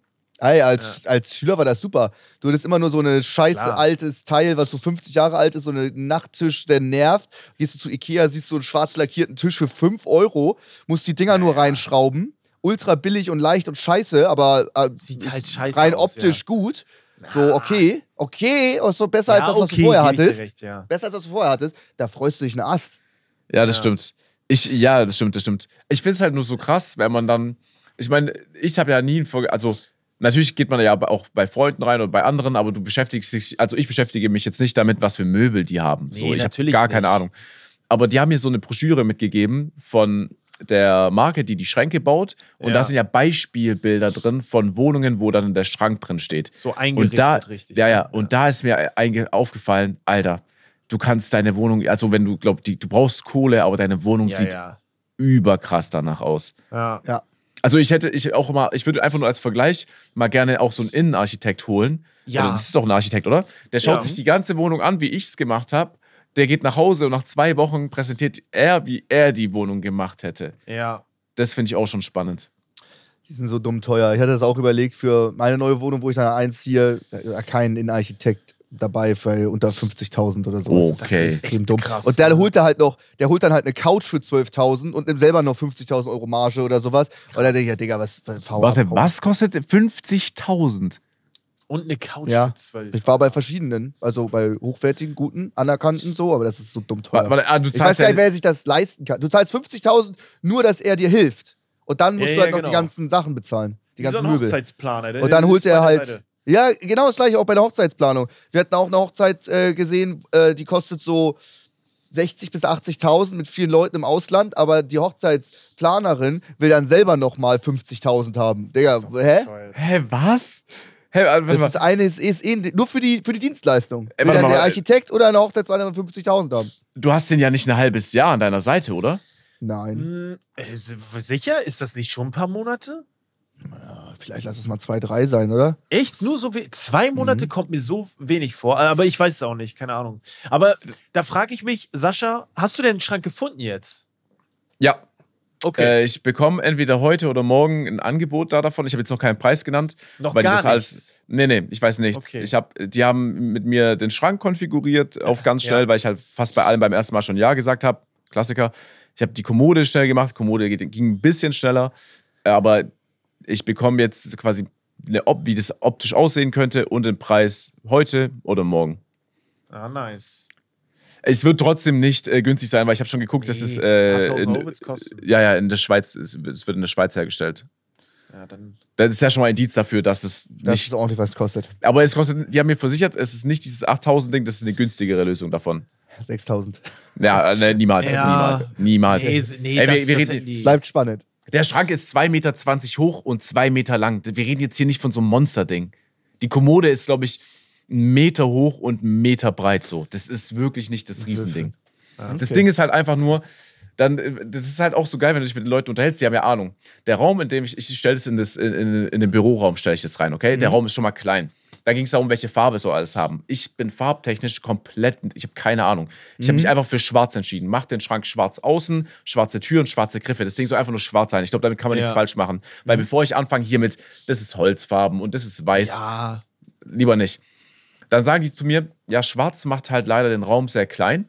Ey, als, ja. als Schüler war das super. Du hattest immer nur so ein scheiße Klar. altes Teil, was so fünfzig Jahre alt ist, so ein Nachttisch, der nervt. Gehst du zu Ikea, siehst so einen schwarz lackierten Tisch für fünf Euro, musst die Dinger ja, nur reinschrauben. Ultra billig und leicht und scheiße, aber äh, sieht halt scheiße rein aus, optisch ja. gut. So, okay, okay, ist so besser ja, als das, was okay, du vorher geb ich dir hattest. recht, ja. Besser als was du vorher hattest. Da freust du dich einen Ast. Ja, das Ja. stimmt. Ich, ja, das stimmt, das stimmt. Ich finde es halt nur so krass, wenn man dann, ich meine, ich habe ja nie, ein Vor- also natürlich geht man ja auch bei Freunden rein und bei anderen, aber du beschäftigst dich, also ich beschäftige mich jetzt nicht damit, was für Möbel die haben. So, Nee, ich habe natürlich gar nicht. keine Ahnung. Aber die haben mir so eine Broschüre mitgegeben von der Marke, die die Schränke baut. Und Ja. da sind ja Beispielbilder drin von Wohnungen, wo dann der Schrank drin steht. So eingerichtet, und da, richtig. Ja, ja. Ja. Und da ist mir einge- aufgefallen, Alter, du kannst deine Wohnung, also wenn du glaubst, du brauchst Kohle, aber deine Wohnung ja, sieht ja. überkrass danach aus. Ja. Ja. Also ich hätte, ich auch mal, ich würde einfach nur als Vergleich mal gerne auch so einen Innenarchitekt holen. Ja. Oder das ist doch ein Architekt, oder? Der schaut Ja. sich die ganze Wohnung an, wie ich es gemacht habe. Der geht nach Hause und nach zwei Wochen präsentiert er, wie er die Wohnung gemacht hätte. Ja. Das finde ich auch schon spannend. Die sind so dumm teuer. Ich hatte das auch überlegt für meine neue Wohnung, wo ich dann einziehe, da kein Innenarchitekt dabei für unter fünfzigtausend oder so. Das Okay. ist extrem Echt dumm. krass, und der ja. holt da halt noch, der holt dann halt eine Couch für zwölftausend und nimmt selber noch fünfzigtausend Euro Marge oder sowas. Und dann denke ich, ja, Digga, was hau Warte, ab, hau was kostet fünfzigtausend? Und eine Couch Ja. für zwölf. Ich war bei verschiedenen, also bei hochwertigen, guten, anerkannten so, aber das ist so dumm teuer. Warte, warte, ah, du ich weiß zahlst gar nicht, ja, wer sich das leisten kann. Du zahlst fünfzigtausend, nur dass er dir hilft. Und dann musst Ja, du halt ja, noch genau. die ganzen Sachen bezahlen. Die Wie so ganzen ein Möbel. Hochzeitsplaner. der Und dann nimmt holt es er bei der halt. Seite. Ja, genau das gleiche auch bei der Hochzeitsplanung. Wir hatten auch eine Hochzeit äh, gesehen, äh, die kostet so sechzigtausend bis achtzigtausend mit vielen Leuten im Ausland, aber die Hochzeitsplanerin will dann selber nochmal fünfzigtausend haben. Digga, Ist doch hä? bescheuert. hä, was? Hä, warte Das mal. ist eine, ist, ist eh, nur für die, für die Dienstleistung. Ey, Will warte dann mal, der äh, Architekt oder eine Hochzeitsplanerin fünfzigtausend haben? Du hast den ja nicht ein halbes Jahr an deiner Seite, oder? Nein. Hm, äh, sicher? Ist das nicht schon ein paar Monate? Vielleicht lass es mal zwei, drei sein, oder? Echt? Nur so wenig? Zwei Monate kommt mir so wenig vor, aber ich weiß es auch nicht, keine Ahnung. Aber da frage ich mich, Sascha, hast du denn einen Schrank gefunden jetzt? Ja. Okay. Äh, ich bekomme entweder heute oder morgen ein Angebot da davon. Ich habe jetzt noch keinen Preis genannt. Noch weil gar das alles, nichts? Nee, nee, ich weiß nichts. Okay. Ich hab, die haben mit mir den Schrank konfiguriert auf ganz schnell, Ja. weil ich halt fast bei allem beim ersten Mal schon Ja gesagt habe. Klassiker. Ich habe die Kommode schnell gemacht. Kommode geht, ging ein bisschen schneller. Aber ich bekomme jetzt quasi, eine, Op- wie das optisch aussehen könnte und den Preis heute oder morgen. Ah, nice. Es wird trotzdem nicht äh, günstig sein, weil ich habe schon geguckt, dass Nee, es ein äh, paar tausend in, Euro wird's kosten. ja, ja, in der Schweiz, es, es wird in der Schweiz hergestellt. Ja, dann. Das ist ja schon mal ein Indiz dafür, dass es Das nicht. ist ordentlich, was es kostet. Aber es kostet, die haben mir versichert, es ist nicht dieses achttausend-Ding, das ist eine günstigere Lösung davon. sechstausend. Ja, äh, ne, niemals, Ja. niemals, niemals. Nee, nee Ey, das, wir, wir das reden, hätten die- Bleibt spannend. der Schrank ist zwei Meter zwanzig hoch und zwei Meter lang. Wir reden jetzt hier nicht von so einem Monsterding. Die Kommode ist, glaube ich, einen Meter hoch und einen Meter breit so. Das ist wirklich nicht das Riesending. Das Okay. Ding ist halt einfach nur, dann, das ist halt auch so geil, wenn du dich mit den Leuten unterhältst, die haben ja Ahnung. Der Raum, in dem ich, ich stelle das in, das in, in, in den Büroraum, stelle ich das rein, okay? Der Raum ist schon mal klein. Da ging es darum, welche Farbe soll alles haben. Ich bin farbtechnisch komplett, ich habe keine Ahnung. Ich habe mich einfach für schwarz entschieden. Mach den Schrank schwarz außen, schwarze Türen, schwarze Griffe. Das Ding soll einfach nur schwarz sein. Ich glaube, damit kann man Ja. nichts falsch machen. Weil bevor ich anfange hier mit, das ist Holzfarben und das ist weiß, Ja. lieber nicht. Dann sagen die zu mir, ja, schwarz macht halt leider den Raum sehr klein.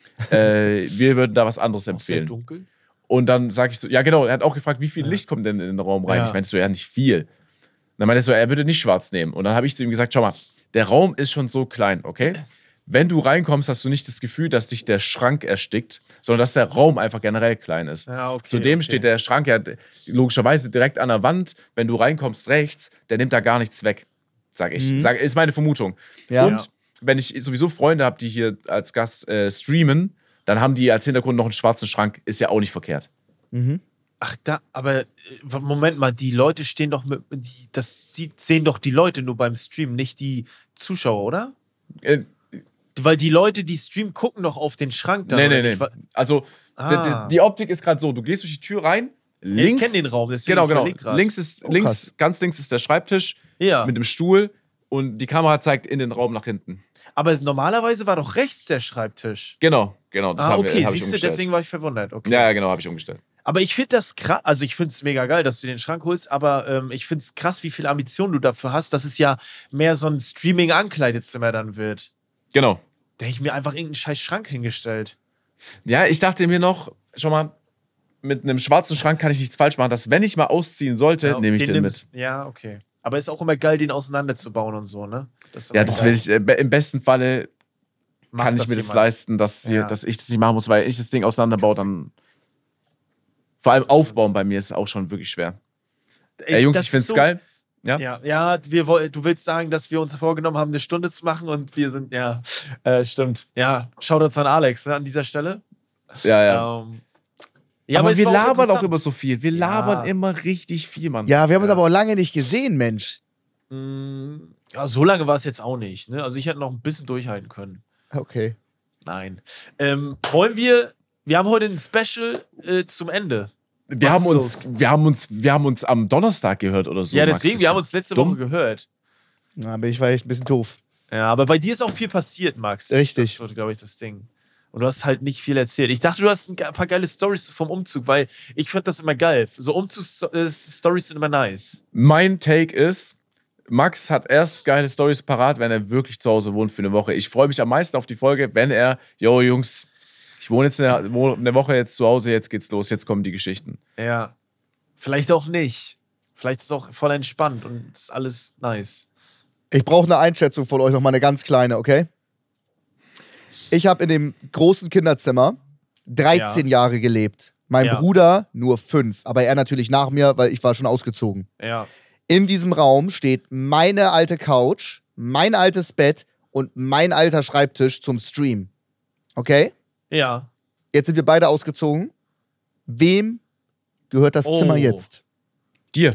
äh, wir würden da was anderes Sehr empfehlen. dunkel. Und dann sage ich so, ja genau, er hat auch gefragt, wie viel Licht kommt denn in den Raum rein? Ja. Ich meinte so, ja, nicht viel. Dann meinte er so, er würde nicht schwarz nehmen. Und dann habe ich zu ihm gesagt, schau mal, der Raum ist schon so klein, okay? Wenn du reinkommst, hast du nicht das Gefühl, dass dich der Schrank erstickt, sondern dass der Raum einfach generell klein ist. Ja, okay, Zudem okay. steht der Schrank ja logischerweise direkt an der Wand. Wenn du reinkommst rechts, der nimmt da gar nichts weg, sag ich. Sag, ist meine Vermutung. Ja. Und Ja. wenn ich sowieso Freunde habe, die hier als Gast äh, streamen, dann haben die als Hintergrund noch einen schwarzen Schrank. Ist ja auch nicht verkehrt. Ach, da, aber äh, Moment mal, die Leute stehen doch mit. Die, das sie- sehen doch die Leute nur beim Stream, nicht die Zuschauer, oder? Äh, Weil die Leute, die streamen, gucken doch auf den Schrank da. nee, oder nee, nee. nicht? Wa- Also, Ah. die, die, die Optik ist gerade so: Du gehst durch die Tür rein, Ja, links. ich kenne den Raum, deswegen Genau, genau. überleg grad. Links ist, Oh, links, krass. ganz links ist der Schreibtisch Ja. mit dem Stuhl und die Kamera zeigt in den Raum nach hinten. Aber normalerweise war doch rechts der Schreibtisch. Genau, genau. Das ah, haben wir- okay, hab ich siehst du, umgestellt. deswegen war ich verwundert. Okay. Ja, ja, genau, habe ich umgestellt. Aber ich finde das krass, also ich finde es mega geil, dass du den Schrank holst, aber ähm, ich finde es krass, wie viel Ambition du dafür hast, dass es ja mehr so ein Streaming-Ankleidezimmer dann wird. Genau. Da hätte ich mir einfach irgendeinen scheiß Schrank hingestellt. Ja, ich dachte mir noch, schon mal, mit einem schwarzen Schrank kann ich nichts falsch machen, dass wenn ich mal ausziehen sollte, Ja, nehme ich den, nimmst- mit. Ja, okay. Aber ist auch immer geil, den auseinanderzubauen und so, ne? Das ist Ja, immer das geil. will ich, äh, be- im besten Falle Macht kann ich das mir das jemand. leisten, dass, hier, Ja. dass ich das nicht machen muss, weil ich das Ding auseinanderbaue, dann. Vor allem Das ist schon aufbauen so. bei mir ist auch schon wirklich schwer. Ey, Ey, Jungs, das ich find's ist so- geil. Ja? Ja, ja wir, woll- du willst sagen, dass wir uns vorgenommen haben, eine Stunde zu machen und wir sind, ja, äh, stimmt. Ja, Shoutouts an Alex ne, an dieser Stelle. Ja, ja. Ähm, ja, aber es wir war labern auch interessant. immer so viel. Wir Ja. labern immer richtig viel, Mann. Ja, wir haben uns Ja. aber auch lange nicht gesehen, Mensch. Mm, Ja, so lange war es jetzt auch nicht. Ne? Also ich hätte noch ein bisschen durchhalten können. Okay. Nein. Ähm, wollen wir, wir haben heute ein Special äh, zum Ende. Wir Was haben, ist uns, los? wir, haben uns, wir haben uns am Donnerstag gehört oder so. ja, Max. deswegen, Bist wir du haben uns letzte dumm? Woche gehört. Na, bin ich vielleicht ein bisschen doof. Ja, aber bei dir ist auch viel passiert, Max. Richtig. Das ist so, glaube ich, das Ding. Und du hast halt nicht viel erzählt. Ich dachte, du hast ein ge- paar geile Stories vom Umzug, weil ich finde das immer geil. So Umzugs-Stories sind immer nice. Mein Take ist, Max hat erst geile Stories parat, wenn er wirklich zu Hause wohnt für eine Woche. Ich freue mich am meisten auf die Folge, wenn er, yo Jungs, ich wohne jetzt eine, wo- eine Woche jetzt zu Hause, jetzt geht's los, jetzt kommen die Geschichten. Ja. Vielleicht auch nicht. Vielleicht ist es auch voll entspannt und ist alles nice. Ich brauche eine Einschätzung von euch, noch mal eine ganz kleine, okay? Ich habe in dem großen Kinderzimmer dreizehn Jahre gelebt. Mein Ja. Bruder nur fünf, aber er natürlich nach mir, weil ich war schon ausgezogen. Ja. In diesem Raum steht meine alte Couch, mein altes Bett und mein alter Schreibtisch zum Stream. Okay? Ja. Jetzt sind wir beide ausgezogen. Wem gehört das Oh. Zimmer jetzt? Dir.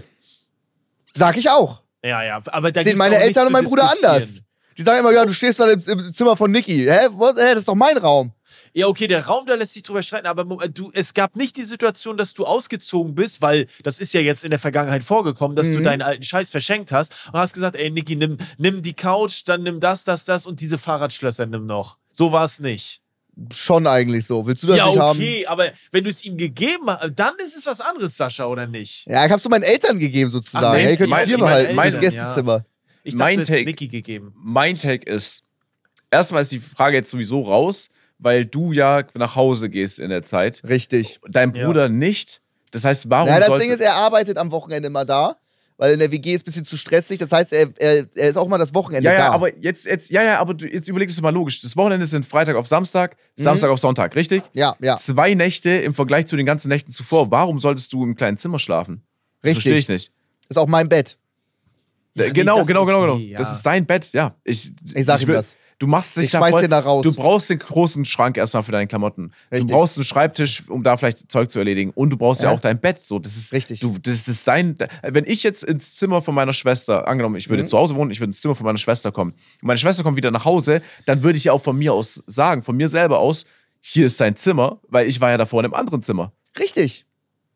Sag ich auch. Ja, ja. Aber da Sehen gibt's meine auch nichts Eltern und zu mein Bruder diskutieren. anders. Die sagen immer, ja, du stehst da im, im Zimmer von Niki. Hä? What? Hä? Das ist doch mein Raum. Ja, okay, der Raum, da lässt sich drüber streiten, aber Mo- du, es gab nicht die Situation, dass du ausgezogen bist, weil das ist ja jetzt in der Vergangenheit vorgekommen, dass du Mhm. deinen alten Scheiß verschenkt hast und hast gesagt, ey, Niki, nimm, nimm die Couch, dann nimm das, das, das und diese Fahrradschlösser nimm noch. So war es nicht. Schon eigentlich so. Willst du das Ja, nicht haben? okay, aber wenn du es ihm gegeben hast, dann ist es was anderes, Sascha, oder nicht? Ja, ich hab's zu meinen Eltern gegeben, sozusagen. Ach, Hey, dein- ihr könnt es mein- hier mein- behalten, mein- das Gästezimmer. Ich Mein dachte, du hättest Take- Niki gegeben. Mein Take ist, erstmal ist die Frage jetzt sowieso raus, weil du ja nach Hause gehst in der Zeit. Richtig. Dein Ja. Bruder nicht. Das heißt, warum Ja, das sollte... Ding ist, er arbeitet am Wochenende immer da, weil in der W G ist ein bisschen zu stressig. Das heißt, er, er, er ist auch mal das Wochenende ja, ja, da. aber jetzt, jetzt, ja, ja, aber du, jetzt überleg es mal logisch. Das Wochenende sind Freitag auf Samstag, Mhm. Samstag auf Sonntag, richtig? ja, ja. Zwei Nächte im Vergleich zu den ganzen Nächten zuvor. Warum solltest du im kleinen Zimmer schlafen? Das Richtig. verstehe ich nicht. Ist auch mein Bett. Ja, nee, genau, das genau, genau, okay, genau. ja. Das ist dein Bett, ja. Ich, Ich sag ihm will- das. Du machst dich Ich da schmeiß voll, den da raus. Du brauchst den großen Schrank erstmal für deine Klamotten. Richtig. Du brauchst einen Schreibtisch, um da vielleicht Zeug zu erledigen. Und du brauchst ja, Ja. auch dein Bett. So, das ist Richtig. Du, das ist dein. Wenn ich jetzt ins Zimmer von meiner Schwester, angenommen, ich würde Mhm. zu Hause wohnen, ich würde ins Zimmer von meiner Schwester kommen. Und meine Schwester kommt wieder nach Hause, dann würde ich ja auch von mir aus sagen, von mir selber aus, hier ist dein Zimmer, weil ich war ja davor in einem anderen Zimmer. Richtig.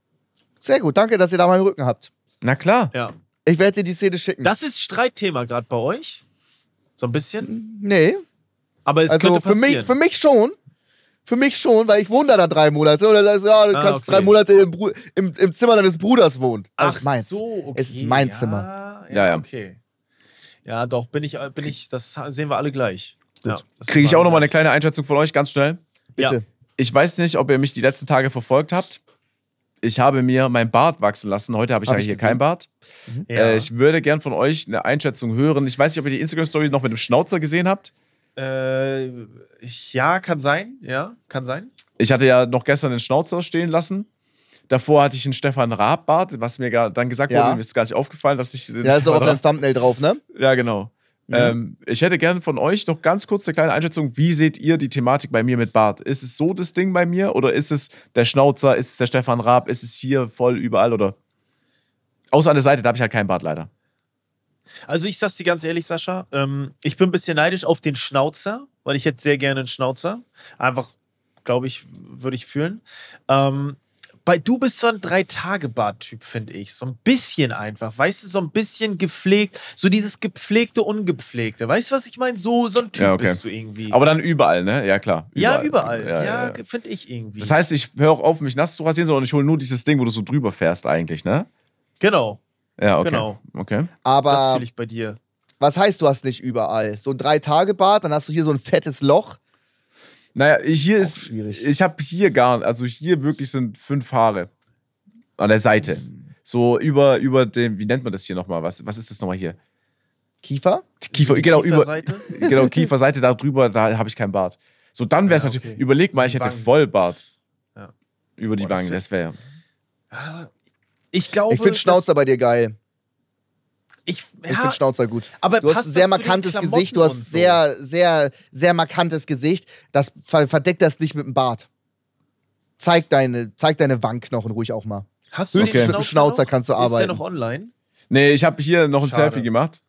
Sehr gut. Danke, dass ihr da meinen Rücken habt. Na klar. Ja. Ich werde dir die Szene schicken. Das ist Streitthema gerade bei euch. So ein bisschen. nee. Aber es Also könnte für passieren. mich, für mich schon. Für mich schon, weil ich wohne da dann drei Monate. Und dann sagst du, ja, du Ah, kannst okay. drei Monate im, Bru- im, im Zimmer deines Bruders wohnen. Das Ach ist meins. so, okay. Es ist mein ja, Zimmer. Ja, Ja, ja. okay. Ja, doch, bin ich, bin ich, das sehen wir alle gleich. Ja, das Kriege ich sehen wir auch nochmal alle eine kleine Einschätzung von euch, ganz schnell. gleich. Bitte. Ich weiß nicht, ob ihr mich die letzten Tage verfolgt habt. Ich habe mir mein Bart wachsen lassen. Heute habe ich Hab ja ich hier gesehen. kein Bart. Ja. Äh, ich würde gern von euch eine Einschätzung hören. Ich weiß nicht, ob ihr die Instagram-Story noch mit dem Schnauzer gesehen habt. Äh, ich- ja, kann sein. Ja, kann sein. Ich hatte ja noch gestern den Schnauzer stehen lassen. Davor hatte ich einen Stefan Raab-Bart, was mir gar, dann gesagt Ja. wurde, mir ist gar nicht aufgefallen, dass ich den Ja, ist doch auf Stefan deinem Thumbnail drauf, ne? Raab- Ja, genau. Ähm, ich hätte gern von euch noch ganz kurz eine kleine Einschätzung. Wie seht ihr die Thematik bei mir mit Bart? Ist es so das Ding bei mir oder ist es der Schnauzer, ist es der Stefan Raab, ist es hier voll überall oder? Außer an der Seite, da habe ich halt keinen Bart leider. Also ich sag's dir ganz ehrlich, Sascha, ähm, ich bin ein bisschen neidisch auf den Schnauzer, weil ich hätte sehr gerne einen Schnauzer. Einfach, glaube ich, würde ich fühlen. Ähm, Bei, du bist so ein Drei-Tage-Bart-Typ, finde ich. So ein bisschen einfach. Weißt du, so ein bisschen gepflegt. So dieses gepflegte, ungepflegte. Weißt du, was ich meine? So, so ein Typ Ja, okay. bist du irgendwie. Aber dann überall, ne? Ja, klar. ja, überall. Ja, ja, ja. finde ich irgendwie. Das heißt, ich höre auch auf, mich nass zu rasieren, sondern ich hole nur dieses Ding, wo du so drüber fährst eigentlich, ne? genau. Ja, okay. Genau. Okay. Das Aber fühle ich bei dir. was heißt, du hast nicht überall? So ein Drei-Tage-Bad, dann hast du hier so ein fettes Loch. Naja, hier ist, schwierig. ich habe hier gar, also hier wirklich sind fünf Haare an der Seite. So über, über dem, wie nennt man das hier nochmal? Was, was ist das nochmal hier? Kiefer? Kiefer, Die genau, über, Kieferseite? genau, Kieferseite, da drüber, da habe ich keinen Bart. So, dann wäre es Ja, natürlich, okay. überleg mal, Die ich hätte Wangen. Vollbart. Ja. Über die Boah, das Wangen, wär- das wäre. Ich glaube, Ich finde Schnauzer bei dir geil. Ich, Ich ja, finde Schnauzer gut. aber Du hast passt ein sehr das zu den markantes Klamotten Gesicht, du hast und so? sehr, sehr, sehr markantes Gesicht. Das ver verdeckt das nicht mit dem Bart. Zeig deine, zeig deine Wangenknochen ruhig auch mal. Hast du Höchstens den mit dem Schnauzer noch? kannst du Ist der arbeiten. noch online? Nee, ich habe hier noch ein Schade. Selfie gemacht.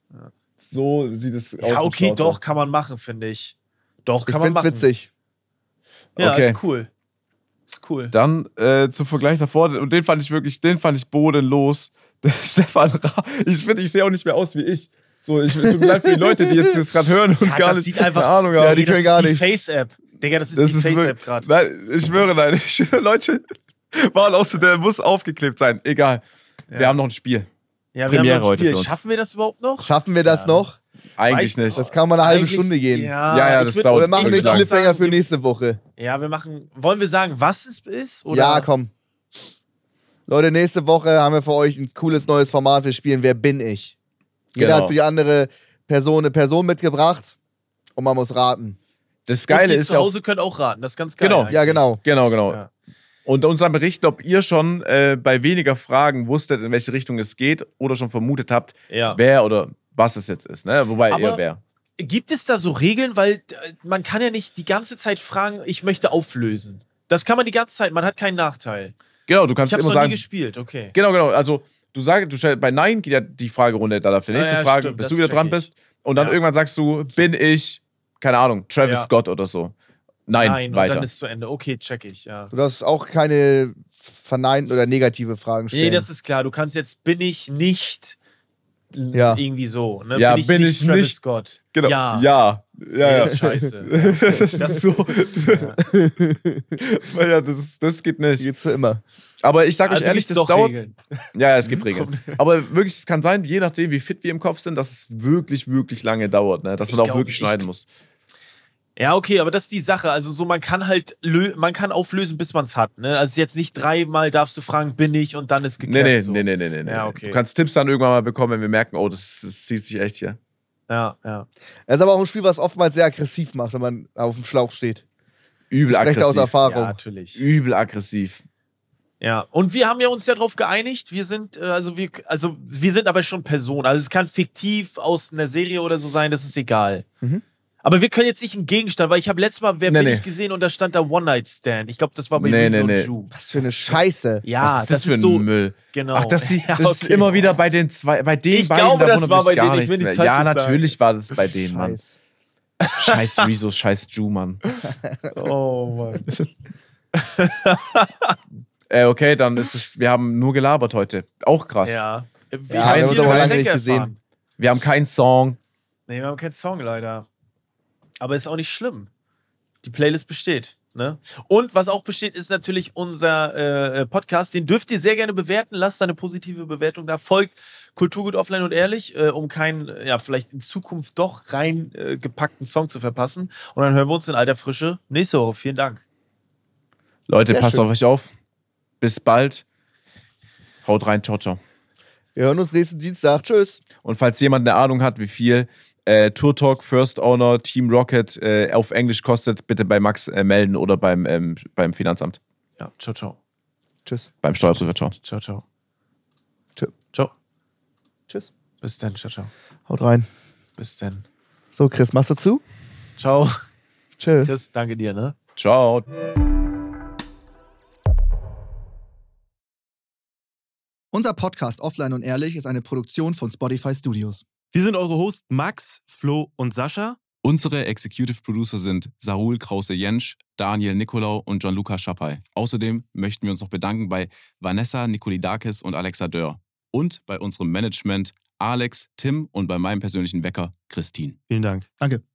So sieht es aus. Ja, mit okay, Schnauzer. doch, kann man machen, finde ich. Doch, Ich kann man find's machen. witzig. Ja, Okay. ist cool. Ist cool. Dann äh, zum Vergleich davor, und den fand ich wirklich, den fand ich bodenlos. Der Stefan Ra ich finde, ich sehe auch nicht mehr aus wie ich. So, ich tut mir leid für die Leute, die jetzt das gerade hören und Ja, gar das nicht sieht einfach- eine Ahnung Ja, haben. die Ey, das können ist gar die nichts. Face-App. Digga, das ist Das die ist Face-App wirklich- gerade. Nein, ich schwöre, nein. Ich schwöre, Leute, waren auch so, der muss aufgeklebt sein. Egal. Wir Ja. haben noch ein Spiel. Ja, wir Premiere haben noch ein heute Spiel. für uns. Schaffen wir das überhaupt noch? Schaffen wir das Ja. noch? Eigentlich Weiß- nicht. Das kann mal eine halbe Eigentlich- Stunde gehen. Ja, Ja, ja, ich das würd- dauert Oder machen wir ich einen würd auch Cliffhanger sagen, für wir- nächste Woche. Ja, wir machen. Wollen wir sagen, was es ist? Oder? Ja, komm. Leute, nächste Woche haben wir für euch ein cooles neues Format. Wir spielen Wer bin ich? Jeder Genau. hat für die andere Person eine Person mitgebracht und man muss raten. Das Und Geile ihr ist zu ja auch. Hause könnt auch raten. Das ist ganz geil. Genau. eigentlich. Ja, genau. Genau, genau. Ja. Und uns dann berichten, ob ihr schon äh, bei weniger Fragen wusstet, in welche Richtung es geht oder schon vermutet habt, Ja. wer oder was es jetzt ist. Ne? Wobei Aber- eher wer. Gibt es da so Regeln? Weil äh, man kann ja nicht die ganze Zeit fragen, ich möchte auflösen. Das kann man die ganze Zeit, man hat keinen Nachteil. Genau, du Ich kannst habe immer noch nie sagen. gespielt, okay. Genau, genau. Also du sagst, du stellst bei Nein geht ja die Fragerunde dann auf die nächste Ah, ja, Frage, stimmt, bis das du wieder check dran ich. bist. Und dann Ja. irgendwann sagst du, bin ich, keine Ahnung, Travis Ja. Scott oder so. Nein, Nein, und weiter. dann ist zu Ende. Okay, check ich, ja. Du darfst auch keine verneinten oder negative Fragen stellen. Nee, das ist klar. Du kannst jetzt, bin ich nicht Ja. irgendwie so. Ne? Ja, bin ich bin nicht ich Travis nicht- Scott? Genau. Ja. Ja. Nee, Ja, das ja. ist scheiße. Ja, okay. Das ist so. ja, das, ist- das geht nicht. geht's für immer. Aber ich sag euch Also ehrlich, gibt's das doch dauert. Regeln. Ja, ja, es gibt Regeln. Aber wirklich, es kann sein, je nachdem, wie fit wir im Kopf sind, dass es wirklich, wirklich lange dauert, ne? Dass man Ich da auch glaub, wirklich ich- schneiden muss. Ja, okay, aber das ist die Sache. Also so, man kann halt, lö man kann auflösen, bis man es hat. Ne? Also jetzt nicht dreimal darfst du fragen, bin ich und dann ist Nee, geklärt. nee, so. nee, nee, nee, nee, nee. Ja, okay. Du kannst Tipps dann irgendwann mal bekommen, wenn wir merken, oh, das, das zieht sich echt hier. Ja, ja. Das ist aber auch ein Spiel, was oftmals sehr aggressiv macht, wenn man auf dem Schlauch steht. Übel Ich spreche aus aggressiv. Erfahrung. Ja, natürlich. Übel aggressiv. Ja, und wir haben ja uns ja darauf geeinigt, wir sind, äh, also wir, also wir sind aber schon Personen. Also es kann fiktiv aus einer Serie oder so sein, das ist egal. Mhm. Aber wir können jetzt nicht einen Gegenstand, weil ich habe letztes Mal, wer Nee, bin nee. ich gesehen und da stand da One-Night-Stand. Ich glaube, das war bei Nee, Rezo nee, nee. und Ju. Was für eine Scheiße. Ja, Was ist das, für ein so, Müll? genau. Ach, das, sie, Ja, das ist okay. immer wieder bei den zwei, bei den Ich beiden, glaube, da das wundert war mich bei gar denen, ich nichts will nichts mehr. Ja, Falsches sagen. natürlich war das bei denen, Mann. Scheiß. Scheiß Rezo, scheiß Ju, Mann. Oh Mann. Äh, okay, dann ist es, wir haben nur gelabert heute. Auch krass. Ja. Wie Ja, haben wir haben uns viele aber lange Geschenke nicht gesehen. erfahren? Wir haben keinen Song. Nee, wir haben keinen Song leider. Aber ist auch nicht schlimm. Die Playlist besteht. Ne? Und was auch besteht, ist natürlich unser äh, Podcast. Den dürft ihr sehr gerne bewerten. Lasst eine positive Bewertung da. Folgt Kulturgut offline und ehrlich, äh, um keinen, ja, vielleicht in Zukunft doch rein äh, gepackten Song zu verpassen. Und dann hören wir uns in alter Frische nächste Woche. Vielen Dank. Leute, Sehr passt schön. auf euch auf. Bis bald. Haut rein, ciao, ciao. Wir hören uns nächsten Dienstag. Tschüss. Und falls jemand eine Ahnung hat, wie viel äh, Tour Talk, First Owner, Team Rocket äh, auf Englisch kostet, bitte bei Max äh, melden oder beim, ähm, beim Finanzamt. Ja, ciao, ciao. Tschüss. Beim Steuerprüfer, ciao. Ciao, ciao. Tschö. Ciao. Tschüss. Bis dann, ciao, ciao. Haut rein. Bis dann. So, Chris, machst du zu? Ciao. Tschö. Chris, danke dir, ne? Ciao. Unser Podcast Offline und Ehrlich ist eine Produktion von Spotify Studios. Wir sind eure Hosts Max, Flo und Sascha. Unsere Executive Producer sind Sarul Krause-Jensch, Daniel Nicolau und Gianluca Schappay. Außerdem möchten wir uns noch bedanken bei Vanessa Nikolidakis und Alexa Dörr. Und bei unserem Management Alex, Tim und bei meinem persönlichen Wecker Christine. Vielen Dank. Danke.